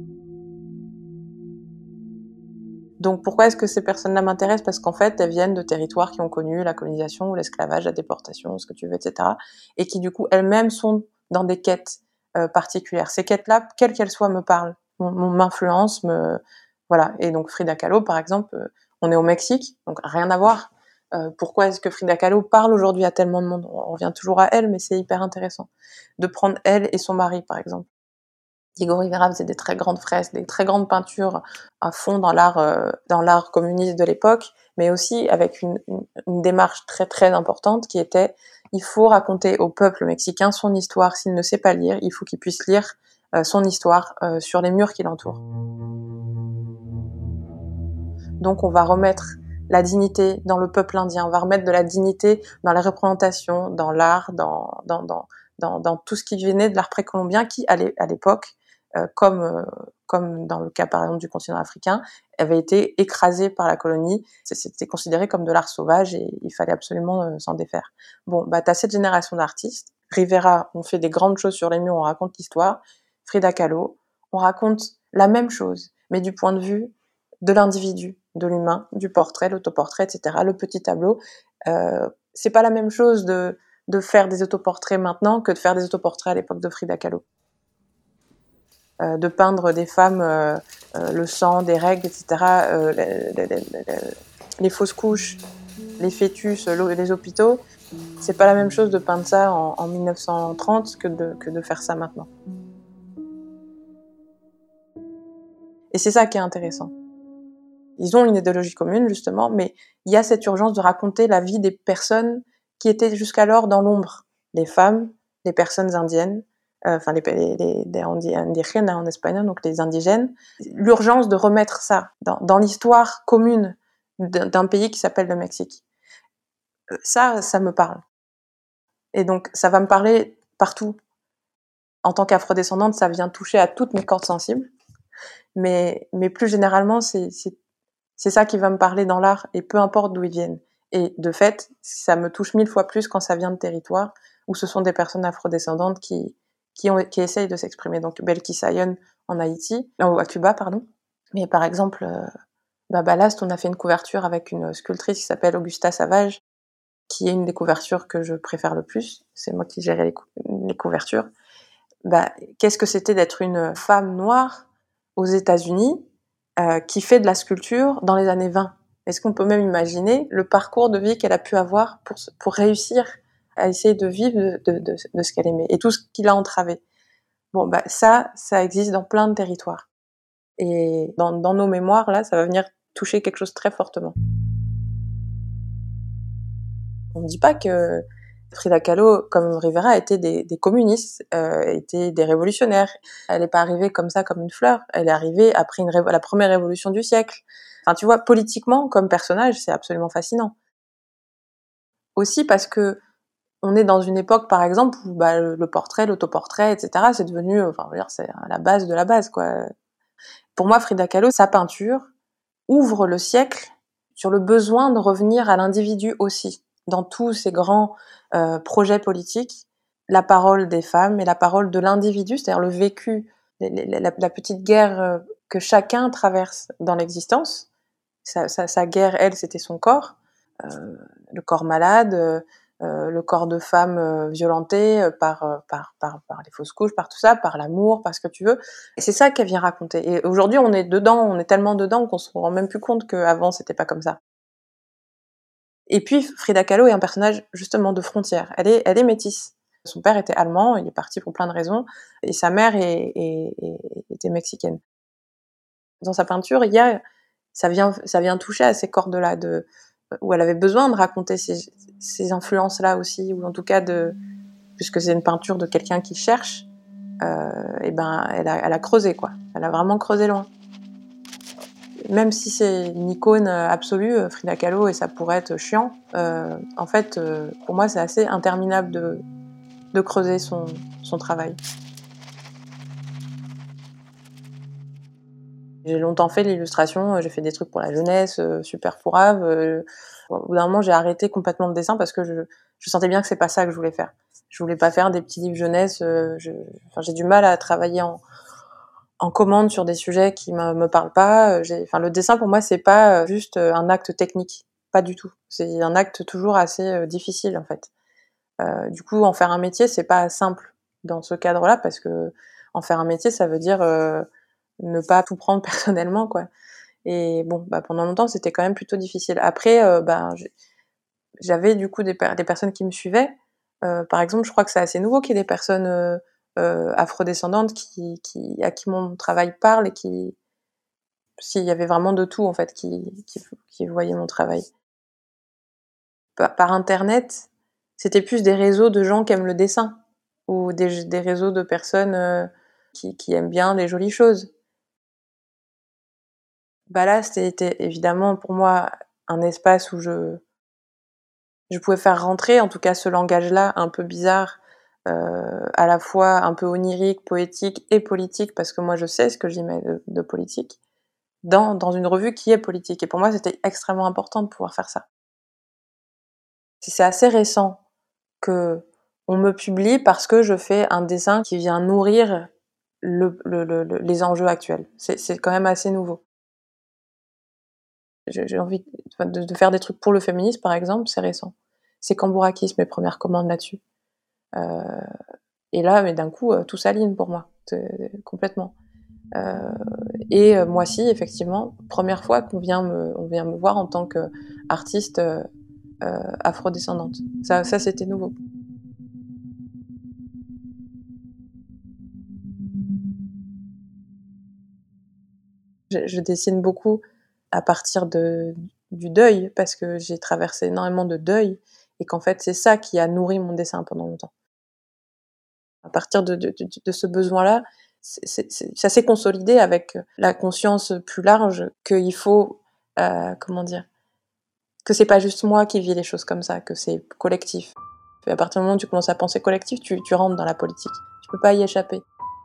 Donc pourquoi est-ce que ces personnes-là m'intéressent ? Parce qu'en fait, elles viennent de territoires qui ont connu la colonisation, ou l'esclavage, la déportation, ce que tu veux, et cetera. Et qui du coup, elles-mêmes sont dans des quêtes euh, particulières. Ces quêtes-là, quelles qu'elles soient, me parlent, m'influencent, me... Voilà. Et donc Frida Kahlo, par exemple, euh, on est au Mexique, donc rien à voir. Euh, pourquoi est-ce que Frida Kahlo parle aujourd'hui à tellement de monde ? On revient toujours à elle, mais c'est hyper intéressant de prendre elle et son mari, par exemple. Diego Rivera faisait des très grandes fresques, des très grandes peintures à fond dans l'art, euh, dans l'art communiste de l'époque, mais aussi avec une, une, une démarche très très importante qui était il faut raconter au peuple mexicain son histoire. S'il ne sait pas lire, il faut qu'il puisse lire euh, son histoire euh, sur les murs qui l'entourent. Donc on va remettre la dignité dans le peuple indien, on va remettre de la dignité dans la représentation, dans l'art, dans, dans, dans, dans, dans tout ce qui venait de l'art précolombien qui, à l'époque, euh, comme, euh, comme dans le cas par exemple du continent africain, avait été écrasé par la colonie. C'était considéré comme de l'art sauvage et il fallait absolument euh, s'en défaire. Bon, bah t'as cette génération d'artistes. Rivera, on fait des grandes choses sur les murs, on raconte l'histoire. Frida Kahlo, on raconte la même chose, mais du point de vue de l'individu, de l'humain, du portrait, l'autoportrait, et cetera, le petit tableau. Euh, c'est pas la même chose de, de faire des autoportraits maintenant que de faire des autoportraits à l'époque de Frida Kahlo. Euh, de peindre des femmes, euh, euh, le sang, des règles, et cetera, euh, les, les, les, les, les fausses couches, les fœtus, les hôpitaux, c'est pas la même chose de peindre ça en, en mille neuf cent trente que de, que de faire ça maintenant. Et c'est ça qui est intéressant. Ils ont une idéologie commune, justement, mais il y a cette urgence de raconter la vie des personnes qui étaient jusqu'alors dans l'ombre. Les femmes, les personnes indiennes, euh, enfin les, les, les, les indigènes en espagnol, donc les indigènes. L'urgence de remettre ça dans, dans l'histoire commune d'un, d'un pays qui s'appelle le Mexique. Ça, ça me parle. Et donc, ça va me parler partout. En tant qu'afrodescendante, ça vient toucher à toutes mes cordes sensibles. Mais, mais plus généralement, c'est, c'est C'est ça qui va me parler dans l'art, et peu importe d'où ils viennent. Et de fait, ça me touche mille fois plus quand ça vient de territoire, où ce sont des personnes afrodescendantes qui, qui, ont, qui essayent de s'exprimer. Donc Belkis Ayon en Haïti, ou à Cuba, pardon. Mais par exemple, euh, bah Ballast, on a fait une couverture avec une sculptrice qui s'appelle Augusta Savage, qui est une des couvertures que je préfère le plus. C'est moi qui gérais les, cou- les couvertures. Bah, qu'est-ce que c'était d'être une femme noire aux États-Unis Euh, qui fait de la sculpture dans les années vingt. Est-ce qu'on peut même imaginer le parcours de vie qu'elle a pu avoir pour, pour réussir à essayer de vivre de, de, de, de ce qu'elle aimait et tout ce qui l'a entravé. Bon, bah ça, ça existe dans plein de territoires. Et dans, dans nos mémoires, là, ça va venir toucher quelque chose très fortement. On ne dit pas que Frida Kahlo, comme Rivera, étaient des, des communistes, euh, étaient des révolutionnaires. Elle n'est pas arrivée comme ça, comme une fleur. Elle est arrivée après une révo- la première révolution du siècle. Enfin, tu vois, politiquement, comme personnage, c'est absolument fascinant. Aussi parce que on est dans une époque, par exemple, où bah, le, le portrait, l'autoportrait, et cetera, c'est devenu, enfin, on va dire, c'est la base de la base, quoi. Pour moi, Frida Kahlo, sa peinture ouvre le siècle sur le besoin de revenir à l'individu aussi, dans tous ces grands euh, projets politiques, la parole des femmes et la parole de l'individu, c'est-à-dire le vécu, la, la, la petite guerre euh, que chacun traverse dans l'existence. Sa, sa, sa guerre, elle, c'était son corps, euh, le corps malade, euh, Euh, le corps de femme euh, violenté euh, par, euh, par, par, par les fausses couches, par tout ça, par l'amour, par ce que tu veux. Et c'est ça qu'elle vient raconter. Et aujourd'hui, on est dedans, on est tellement dedans qu'on se rend même plus compte qu'avant, c'était pas comme ça. Et puis, Frida Kahlo est un personnage, justement, de frontière. Elle est, elle est métisse. Son père était allemand, il est parti pour plein de raisons, et sa mère est, est, est, était mexicaine. Dans sa peinture, il y a, ça vient, ça vient toucher à ces cordes-là, de, où elle avait besoin de raconter ces, ces influences-là aussi, ou en tout cas de, puisque c'est une peinture de quelqu'un qui cherche, euh, et ben elle a, elle a creusé quoi, elle a vraiment creusé loin. Même si c'est une icône absolue, Frida Kahlo, et ça pourrait être chiant, euh, en fait, euh, pour moi, c'est assez interminable de, de creuser son, son travail. J'ai longtemps fait de l'illustration, j'ai fait des trucs pour la jeunesse, euh, super fourrave. Euh, au bout d'un moment, j'ai arrêté complètement le dessin parce que je, je sentais bien que c'est pas ça que je voulais faire. Je voulais pas faire des petits livres jeunesse. Euh, je, enfin, j'ai du mal à travailler en, en commande sur des sujets qui me, me parlent pas. J'ai, enfin, le dessin pour moi, c'est pas juste un acte technique, pas du tout. C'est un acte toujours assez euh, difficile en fait. Euh, du coup, en faire un métier, c'est pas simple dans ce cadre-là parce que en faire un métier, ça veut dire euh, ne pas tout prendre personnellement, quoi. Et bon, bah, pendant longtemps, c'était quand même plutôt difficile. Après, euh, bah, j'avais du coup des, per- des personnes qui me suivaient. Euh, par exemple, je crois que c'est assez nouveau qu'il y ait des personnes euh, euh, afrodescendantes qui, qui, à qui mon travail parle et qui, s'il y avait vraiment de tout, en fait, qui, qui, qui voyaient mon travail. Par, par Internet, c'était plus des réseaux de gens qui aiment le dessin ou des, des réseaux de personnes euh, qui, qui aiment bien les jolies choses. Bah là, c'était évidemment pour moi un espace où je, je pouvais faire rentrer, en tout cas ce langage-là, un peu bizarre, euh, à la fois un peu onirique, poétique et politique, parce que moi je sais ce que j'y mets de, de politique, dans, dans une revue qui est politique. Et pour moi, c'était extrêmement important de pouvoir faire ça. C'est assez récent que on me publie parce que je fais un dessin qui vient nourrir le, le, le, les enjeux actuels. C'est, c'est quand même assez nouveau. J'ai envie de, de faire des trucs pour le féminisme, par exemple, c'est récent. C'est Cambourakis, mes premières commandes là-dessus. Euh, et là, mais d'un coup, tout s'aligne pour moi, complètement. Euh, et euh, moi, si, effectivement, première fois qu'on vient me, on vient me voir en tant qu'artiste euh, euh, afrodescendante. Ça, ça, c'était nouveau. Je, je dessine beaucoup à partir de, du deuil, parce que j'ai traversé énormément de deuil, et qu'en fait, c'est ça qui a nourri mon dessin pendant longtemps. À partir de, de, de, de ce besoin-là, c'est, c'est, ça s'est consolidé avec la conscience plus large qu'il faut, euh, comment dire, que c'est pas juste moi qui vis les choses comme ça, que c'est collectif. Et à partir du moment où tu commences à penser collectif, tu, tu rentres dans la politique. Tu peux pas y échapper.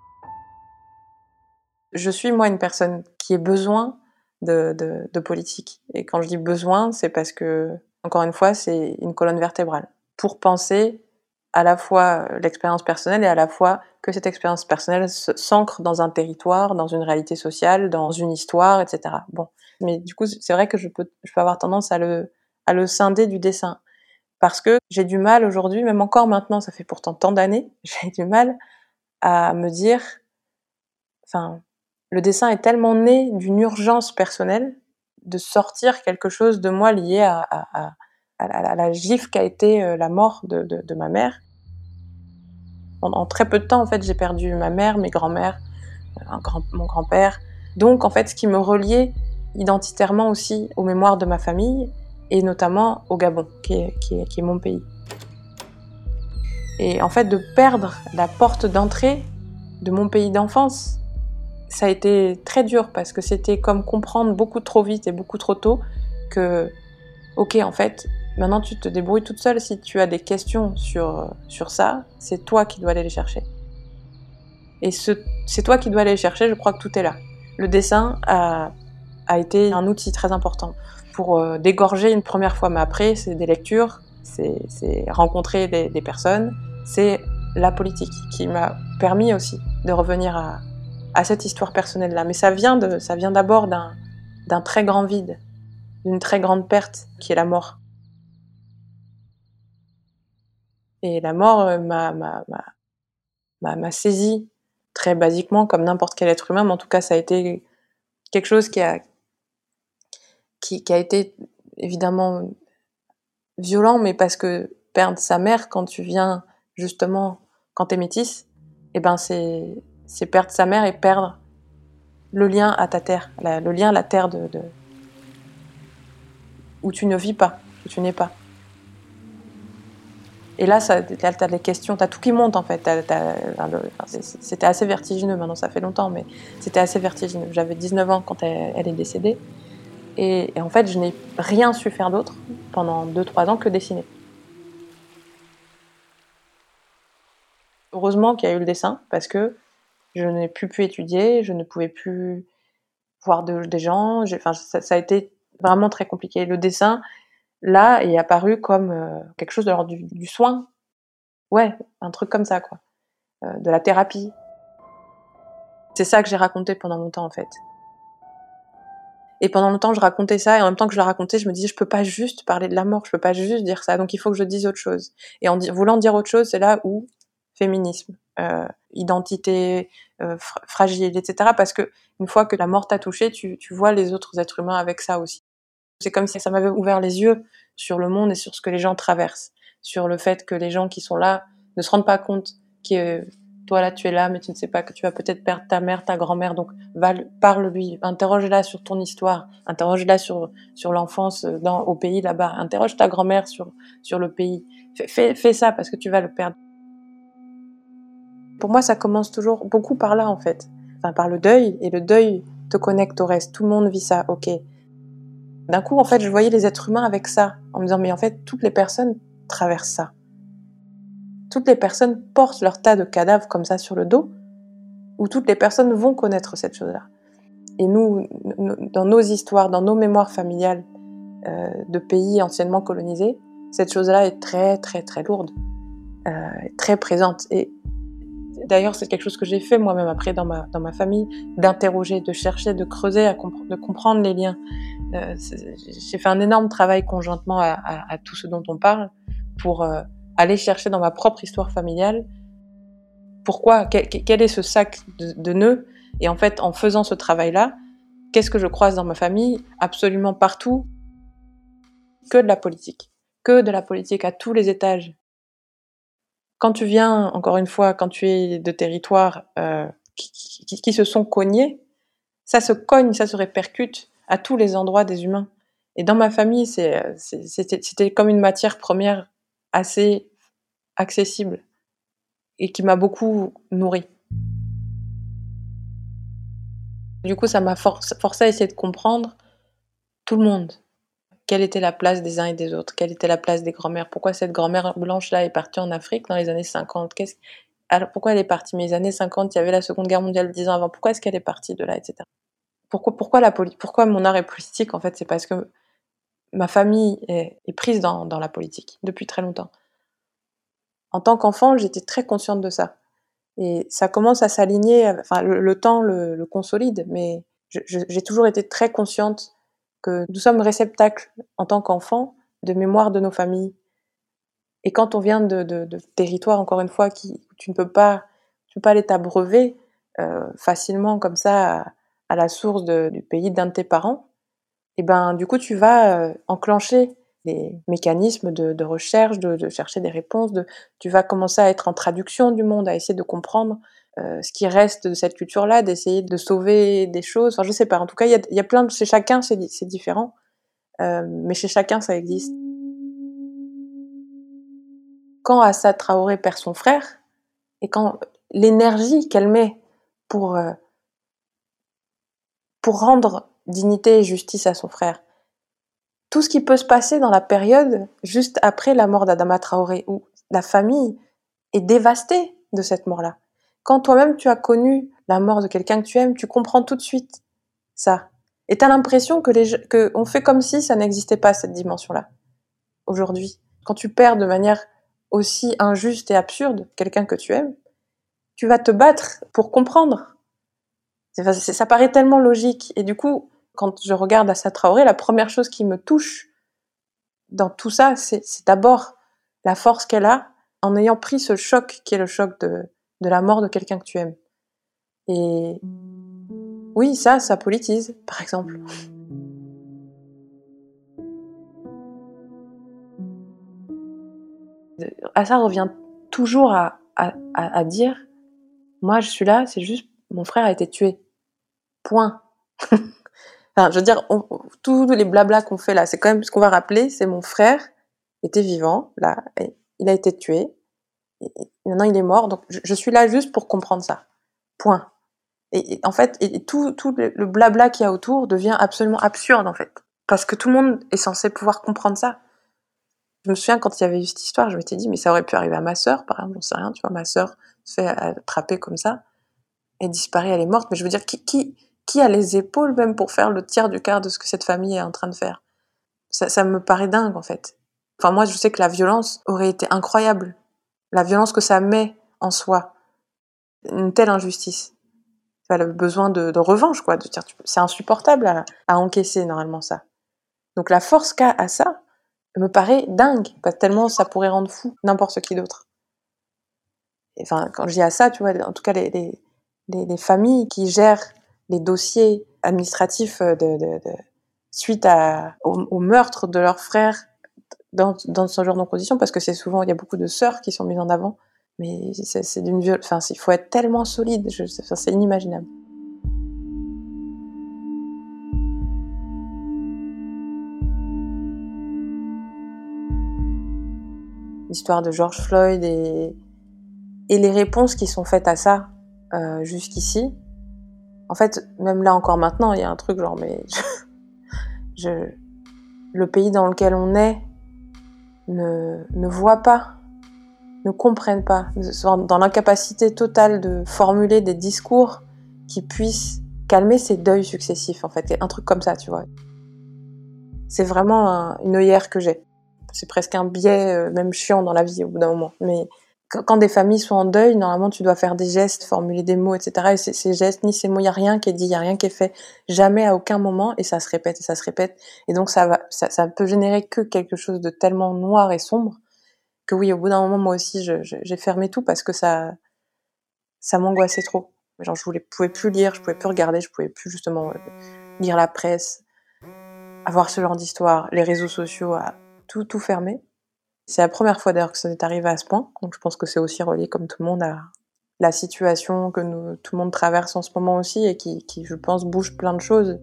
Je suis, moi, une personne qui a besoin de, de, de politique. Et quand je dis besoin, c'est parce que, encore une fois, c'est une colonne vertébrale. Pour penser à la fois l'expérience personnelle et à la fois que cette expérience personnelle s'ancre dans un territoire, dans une réalité sociale, dans une histoire, et cetera. Bon. Mais du coup, c'est vrai que je peux, je peux avoir tendance à le, à le scinder du dessin. Parce que j'ai du mal aujourd'hui, même encore maintenant, ça fait pourtant tant d'années, j'ai du mal à me dire, enfin, le dessin est tellement né d'une urgence personnelle de sortir quelque chose de moi lié à, à, à, à, la, à la gifle qu'a été la mort de, de, de ma mère. En très peu de temps, en fait, j'ai perdu ma mère, mes grands-mères, un grand, mon grand-père. Donc, en fait, ce qui me reliait identitairement aussi aux mémoires de ma famille, et notamment au Gabon, qui est, qui est, qui est mon pays. Et en fait, de perdre la porte d'entrée de mon pays d'enfance, ça a été très dur, parce que c'était comme comprendre beaucoup trop vite et beaucoup trop tôt que, ok, en fait, maintenant tu te débrouilles toute seule. Si tu as des questions sur, sur ça, c'est toi qui dois aller les chercher. Et ce, c'est toi qui dois aller les chercher, je crois que tout est là. Le dessin a, a été un outil très important pour euh, dégorger une première fois, mais après, c'est des lectures, c'est, c'est rencontrer des, des personnes, c'est la politique qui m'a permis aussi de revenir à, à cette histoire personnelle-là. Mais ça vient, de, ça vient d'abord d'un, d'un très grand vide, d'une très grande perte, qui est la mort. Et la mort euh, m'a, m'a, m'a, m'a, m'a saisi très basiquement, comme n'importe quel être humain, mais en tout cas, ça a été quelque chose qui a, qui, qui a été évidemment violent, mais parce que perdre sa mère quand tu viens, justement, quand t'es métisse, eh ben c'est, c'est perdre sa mère et perdre le lien à ta terre, la, le lien à la terre de, de, où tu ne vis pas, où tu n'es pas. Et là, ça, là, t'as des questions, t'as tout qui monte en fait. T'as, t'as, c'était assez vertigineux, maintenant ça fait longtemps, mais c'était assez vertigineux. J'avais dix-neuf ans quand elle, elle est décédée. Et, et en fait, je n'ai rien su faire d'autre pendant deux trois ans que dessiner. Heureusement qu'il y a eu le dessin, parce que je n'ai plus pu étudier, je ne pouvais plus voir de, des gens. J'ai, enfin, ça, ça a été vraiment très compliqué. Le dessin, là, est apparu comme euh, quelque chose de l'ordre du, du soin. Ouais, un truc comme ça, quoi. Euh, de la thérapie. C'est ça que j'ai raconté pendant longtemps, en fait. Et pendant longtemps, je racontais ça, et en même temps que je le racontais, je me disais, je peux pas juste parler de la mort, je peux pas juste dire ça, donc il faut que je dise autre chose. Et en di- voulant dire autre chose, c'est là où féminisme, euh, identité euh, fra- fragile, et cetera. Parce que une fois que la mort t'a touché, tu, tu vois les autres êtres humains avec ça aussi. C'est comme si ça m'avait ouvert les yeux sur le monde et sur ce que les gens traversent, sur le fait que les gens qui sont là ne se rendent pas compte que toi là tu es là, mais tu ne sais pas que tu vas peut-être perdre ta mère, ta grand-mère, donc va, parle-lui, interroge-la sur ton histoire, interroge-la sur, sur l'enfance dans, au pays là-bas, interroge ta grand-mère sur, sur le pays, fais, fais, fais ça parce que tu vas le perdre. Pour moi, ça commence toujours beaucoup par là en fait, enfin par le deuil, et le deuil te connecte au reste, tout le monde vit ça, ok. D'un coup, en fait, je voyais les êtres humains avec ça, en me disant, mais en fait, toutes les personnes traversent ça. Toutes les personnes portent leur tas de cadavres comme ça sur le dos, ou toutes les personnes vont connaître cette chose-là. Et nous, dans nos histoires, dans nos mémoires familiales euh, de pays anciennement colonisés, cette chose-là est très, très, très lourde, euh, très présente. Et d'ailleurs, c'est quelque chose que j'ai fait moi-même après dans ma, dans ma famille, d'interroger, de chercher, de creuser, à compre- de comprendre les liens. Euh, j'ai fait un énorme travail conjointement à, à, à tout ce dont on parle pour euh, aller chercher dans ma propre histoire familiale pourquoi, quel, quel est ce sac de, de nœuds, et en fait en faisant ce travail-là, qu'est-ce que je croise dans ma famille? Absolument partout, que de la politique, que de la politique à tous les étages. Quand tu viens, encore une fois, quand tu es de territoires euh, qui, qui, qui se sont cognés, ça se cogne, ça se répercute à tous les endroits des humains. Et dans ma famille, c'est, c'est, c'était, c'était comme une matière première assez accessible et qui m'a beaucoup nourrie. Du coup, ça m'a forcé, forcé à essayer de comprendre tout le monde. Quelle était la place des uns et des autres? Quelle était la place des grands-mères? Pourquoi cette grand-mère blanche-là est partie en Afrique dans les années cinquante? Qu'est-ce... Alors, pourquoi elle est partie? Mais les années cinquante, il y avait la Seconde Guerre mondiale dix ans avant. Pourquoi est-ce qu'elle est partie de là, et cetera. Pourquoi, pourquoi, la poli- pourquoi mon art est politique? En fait, c'est parce que ma famille est, est prise dans, dans la politique depuis très longtemps. En tant qu'enfant, j'étais très consciente de ça. Et ça commence à s'aligner, enfin, le, le temps le, le consolide, mais je, je, j'ai toujours été très consciente que nous sommes réceptacles, en tant qu'enfants, de mémoire de nos familles. Et quand on vient de, de, de territoires, encore une fois, qui tu ne peux pas, tu peux pas aller t'abreuver euh, facilement comme ça à, à la source de, du pays d'un de tes parents, et ben du coup tu vas euh, enclencher les mécanismes de, de recherche, de, de chercher des réponses, de, tu vas commencer à être en traduction du monde, à essayer de comprendre euh, ce qui reste de cette culture-là, d'essayer de sauver des choses, enfin je sais pas, en tout cas il y a, y a plein de, chez chacun c'est, c'est différent, euh, mais chez chacun ça existe. Quand Assa Traoré perd son frère, et quand l'énergie qu'elle met pour, euh, pour rendre dignité et justice à son frère, tout ce qui peut se passer dans la période juste après la mort d'Adama Traoré, où la famille est dévastée de cette mort-là. Quand toi-même tu as connu la mort de quelqu'un que tu aimes, tu comprends tout de suite ça. Et t'as l'impression que les, que on fait comme si ça n'existait pas, cette dimension-là, aujourd'hui. Quand tu perds de manière aussi injuste et absurde quelqu'un que tu aimes, tu vas te battre pour comprendre. C'est, c'est, ça paraît tellement logique. Et du coup, quand je regarde Assa Traoré, la première chose qui me touche dans tout ça, c'est, c'est d'abord la force qu'elle a en ayant pris ce choc qui est le choc de, de la mort de quelqu'un que tu aimes. Et oui, ça, ça politise, par exemple. Assa revient toujours à, à, à, à dire, moi je suis là, c'est juste, mon frère a été tué. Point. Enfin, je veux dire, on, tous les blablas qu'on fait là, c'est quand même ce qu'on va rappeler, c'est mon frère était vivant, là, et il a été tué, et, et maintenant il est mort, donc je, je suis là juste pour comprendre ça. Point. Et, et en fait, et, et tout, tout le, le blabla qu'il y a autour devient absolument absurde, en fait. Parce que tout le monde est censé pouvoir comprendre ça. Je me souviens, quand il y avait eu cette histoire, je m'étais dit, mais ça aurait pu arriver à ma sœur, par exemple, j'en sais rien, tu vois, ma sœur se fait attraper comme ça, elle disparaît, elle est morte, mais je veux dire, qui, qui, qui a les épaules même pour faire le tiers du quart de ce que cette famille est en train de faire? Ça, ça me paraît dingue, en fait. Enfin, moi, je sais que la violence aurait été incroyable. La violence que ça met en soi. Une telle injustice. Tu as le besoin de, de revanche, quoi. De dire, c'est insupportable à, à encaisser, normalement, ça. Donc, la force qu'a à ça me paraît dingue. Parce que tellement ça pourrait rendre fou n'importe qui d'autre. Et, enfin, quand je dis à ça, tu vois, en tout cas, les, les, les, les familles qui gèrent les dossiers administratifs de, de, de suite à, au, au meurtre de leurs frères dans, dans ce genre de conditions, parce que c'est souvent, il y a beaucoup de sœurs qui sont mises en avant, mais c'est, c'est d'une viol... enfin, il faut être tellement solide, je, c'est, c'est inimaginable. L'histoire de George Floyd et, et les réponses qui sont faites à ça euh, jusqu'ici, en fait, même là encore maintenant, il y a un truc genre, mais je, je, le pays dans lequel on est ne, ne voit pas, ne comprennent pas, sont dans l'incapacité totale de formuler des discours qui puissent calmer ces deuils successifs, en fait, un truc comme ça, tu vois. C'est vraiment un, une œillère que j'ai. C'est presque un biais, euh, même chiant dans la vie au bout d'un moment. Mais quand, quand des familles sont en deuil, normalement, tu dois faire des gestes, formuler des mots, et cetera. Et ces, ces gestes, ni ces mots, il n'y a rien qui est dit, il n'y a rien qui est fait. Jamais, à aucun moment, et ça se répète, et ça se répète. Et donc, ça va, ça, ça peut générer que quelque chose de tellement noir et sombre que oui, au bout d'un moment, moi aussi, je, je, j'ai fermé tout parce que ça, ça m'angoissait trop. Genre, je voulais, pouvais plus lire, je pouvais plus regarder, je pouvais plus justement euh, lire la presse, avoir ce genre d'histoire, les réseaux sociaux, à tout, tout fermer. C'est la première fois d'ailleurs que ça m'est arrivé à ce point, donc je pense que c'est aussi relié comme tout le monde à la situation que nous, tout le monde traverse en ce moment aussi et qui, qui, je pense, bouge plein de choses.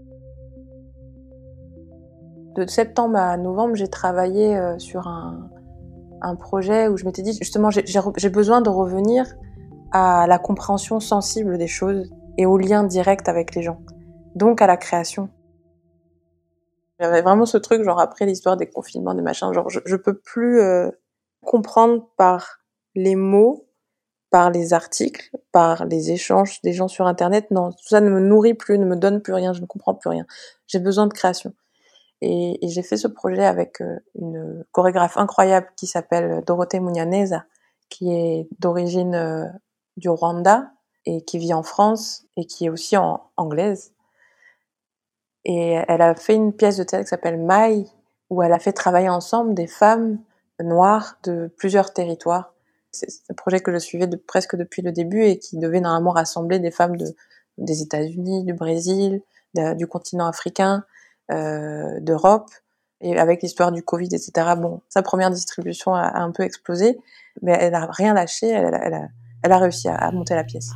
De septembre à novembre, j'ai travaillé euh, sur un, un projet où je m'étais dit, justement, j'ai, j'ai, j'ai besoin de revenir à la compréhension sensible des choses et au lien direct avec les gens, donc à la création. J'avais vraiment ce truc, genre après l'histoire des confinements, des machins, genre je, je peux plus euh, comprendre par les mots, par les articles, par les échanges des gens sur Internet. Non, tout ça ne me nourrit plus, ne me donne plus rien, je ne comprends plus rien. J'ai besoin de création. Et, et j'ai fait ce projet avec euh, une chorégraphe incroyable qui s'appelle Dorothée Munyaneza, qui est d'origine euh, du Rwanda et qui vit en France et qui est aussi en anglaise. Et elle a fait une pièce de théâtre qui s'appelle Maï, où elle a fait travailler ensemble des femmes noires de plusieurs territoires. C'est un projet que je suivais de, presque depuis le début et qui devait normalement rassembler des femmes de, des États-Unis, du Brésil, de, du continent africain, euh, d'Europe, Et avec l'histoire du Covid, et cetera, bon, sa première distribution a, a un peu explosé, mais elle a rien lâché, elle, elle, a, elle a réussi à, à monter la pièce.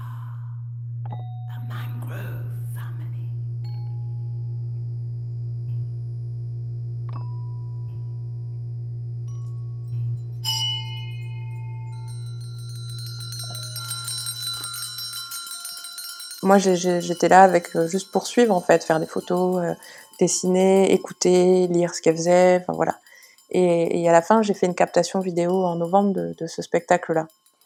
Moi, j'ai, j'ai, j'étais là avec euh, juste pour suivre, en fait, faire des photos, euh, dessiner, écouter, lire ce qu'elle faisait, enfin voilà. Et, et à la fin, j'ai fait une captation vidéo en novembre de, de ce spectacle-là.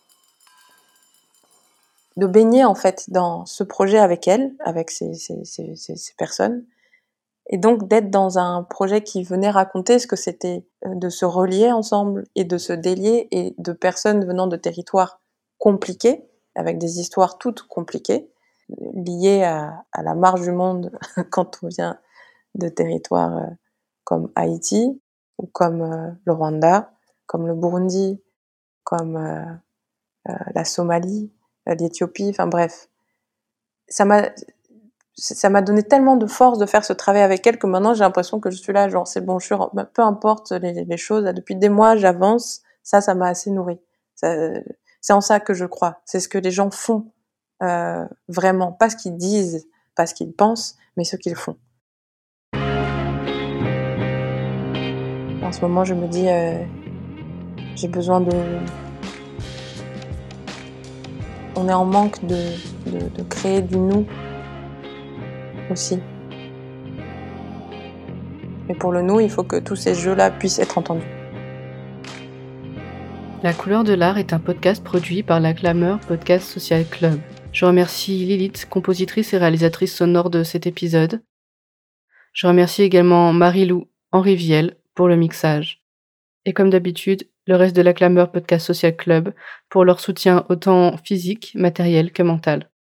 De baigner, en fait, dans ce projet avec elle, avec ces, ces, ces, ces, ces personnes, et donc d'être dans un projet qui venait raconter ce que c'était de se relier ensemble et de se délier, et de personnes venant de territoires compliqués, avec des histoires toutes compliquées, liées à, à la marge du monde quand on vient de territoires euh, comme Haïti, ou comme euh, le Rwanda, comme le Burundi, comme euh, euh, la Somalie, euh, l'Éthiopie, enfin bref. Ça m'a, ça m'a donné tellement de force de faire ce travail avec elle que maintenant j'ai l'impression que je suis là, genre c'est bon, je suis, peu importe les, les choses, là, depuis des mois j'avance, ça, ça m'a assez nourri. Ça, c'est en ça que je crois, c'est ce que les gens font. Euh, vraiment, pas ce qu'ils disent, pas ce qu'ils pensent, mais ce qu'ils font. En ce moment, je me dis, euh, j'ai besoin de... On est en manque de, de, de créer du nous aussi. Mais pour le nous, il faut que tous ces jeux-là puissent être entendus.
La couleur de l'art est un podcast produit par la Clameur Podcast Social Club. Je remercie Lilith, compositrice et réalisatrice sonore de cet épisode. Je remercie également Marie-Lou, Henri Viel pour le mixage. Et comme d'habitude, le reste de la Clameur Podcast Social Club pour leur soutien autant physique, matériel que mental.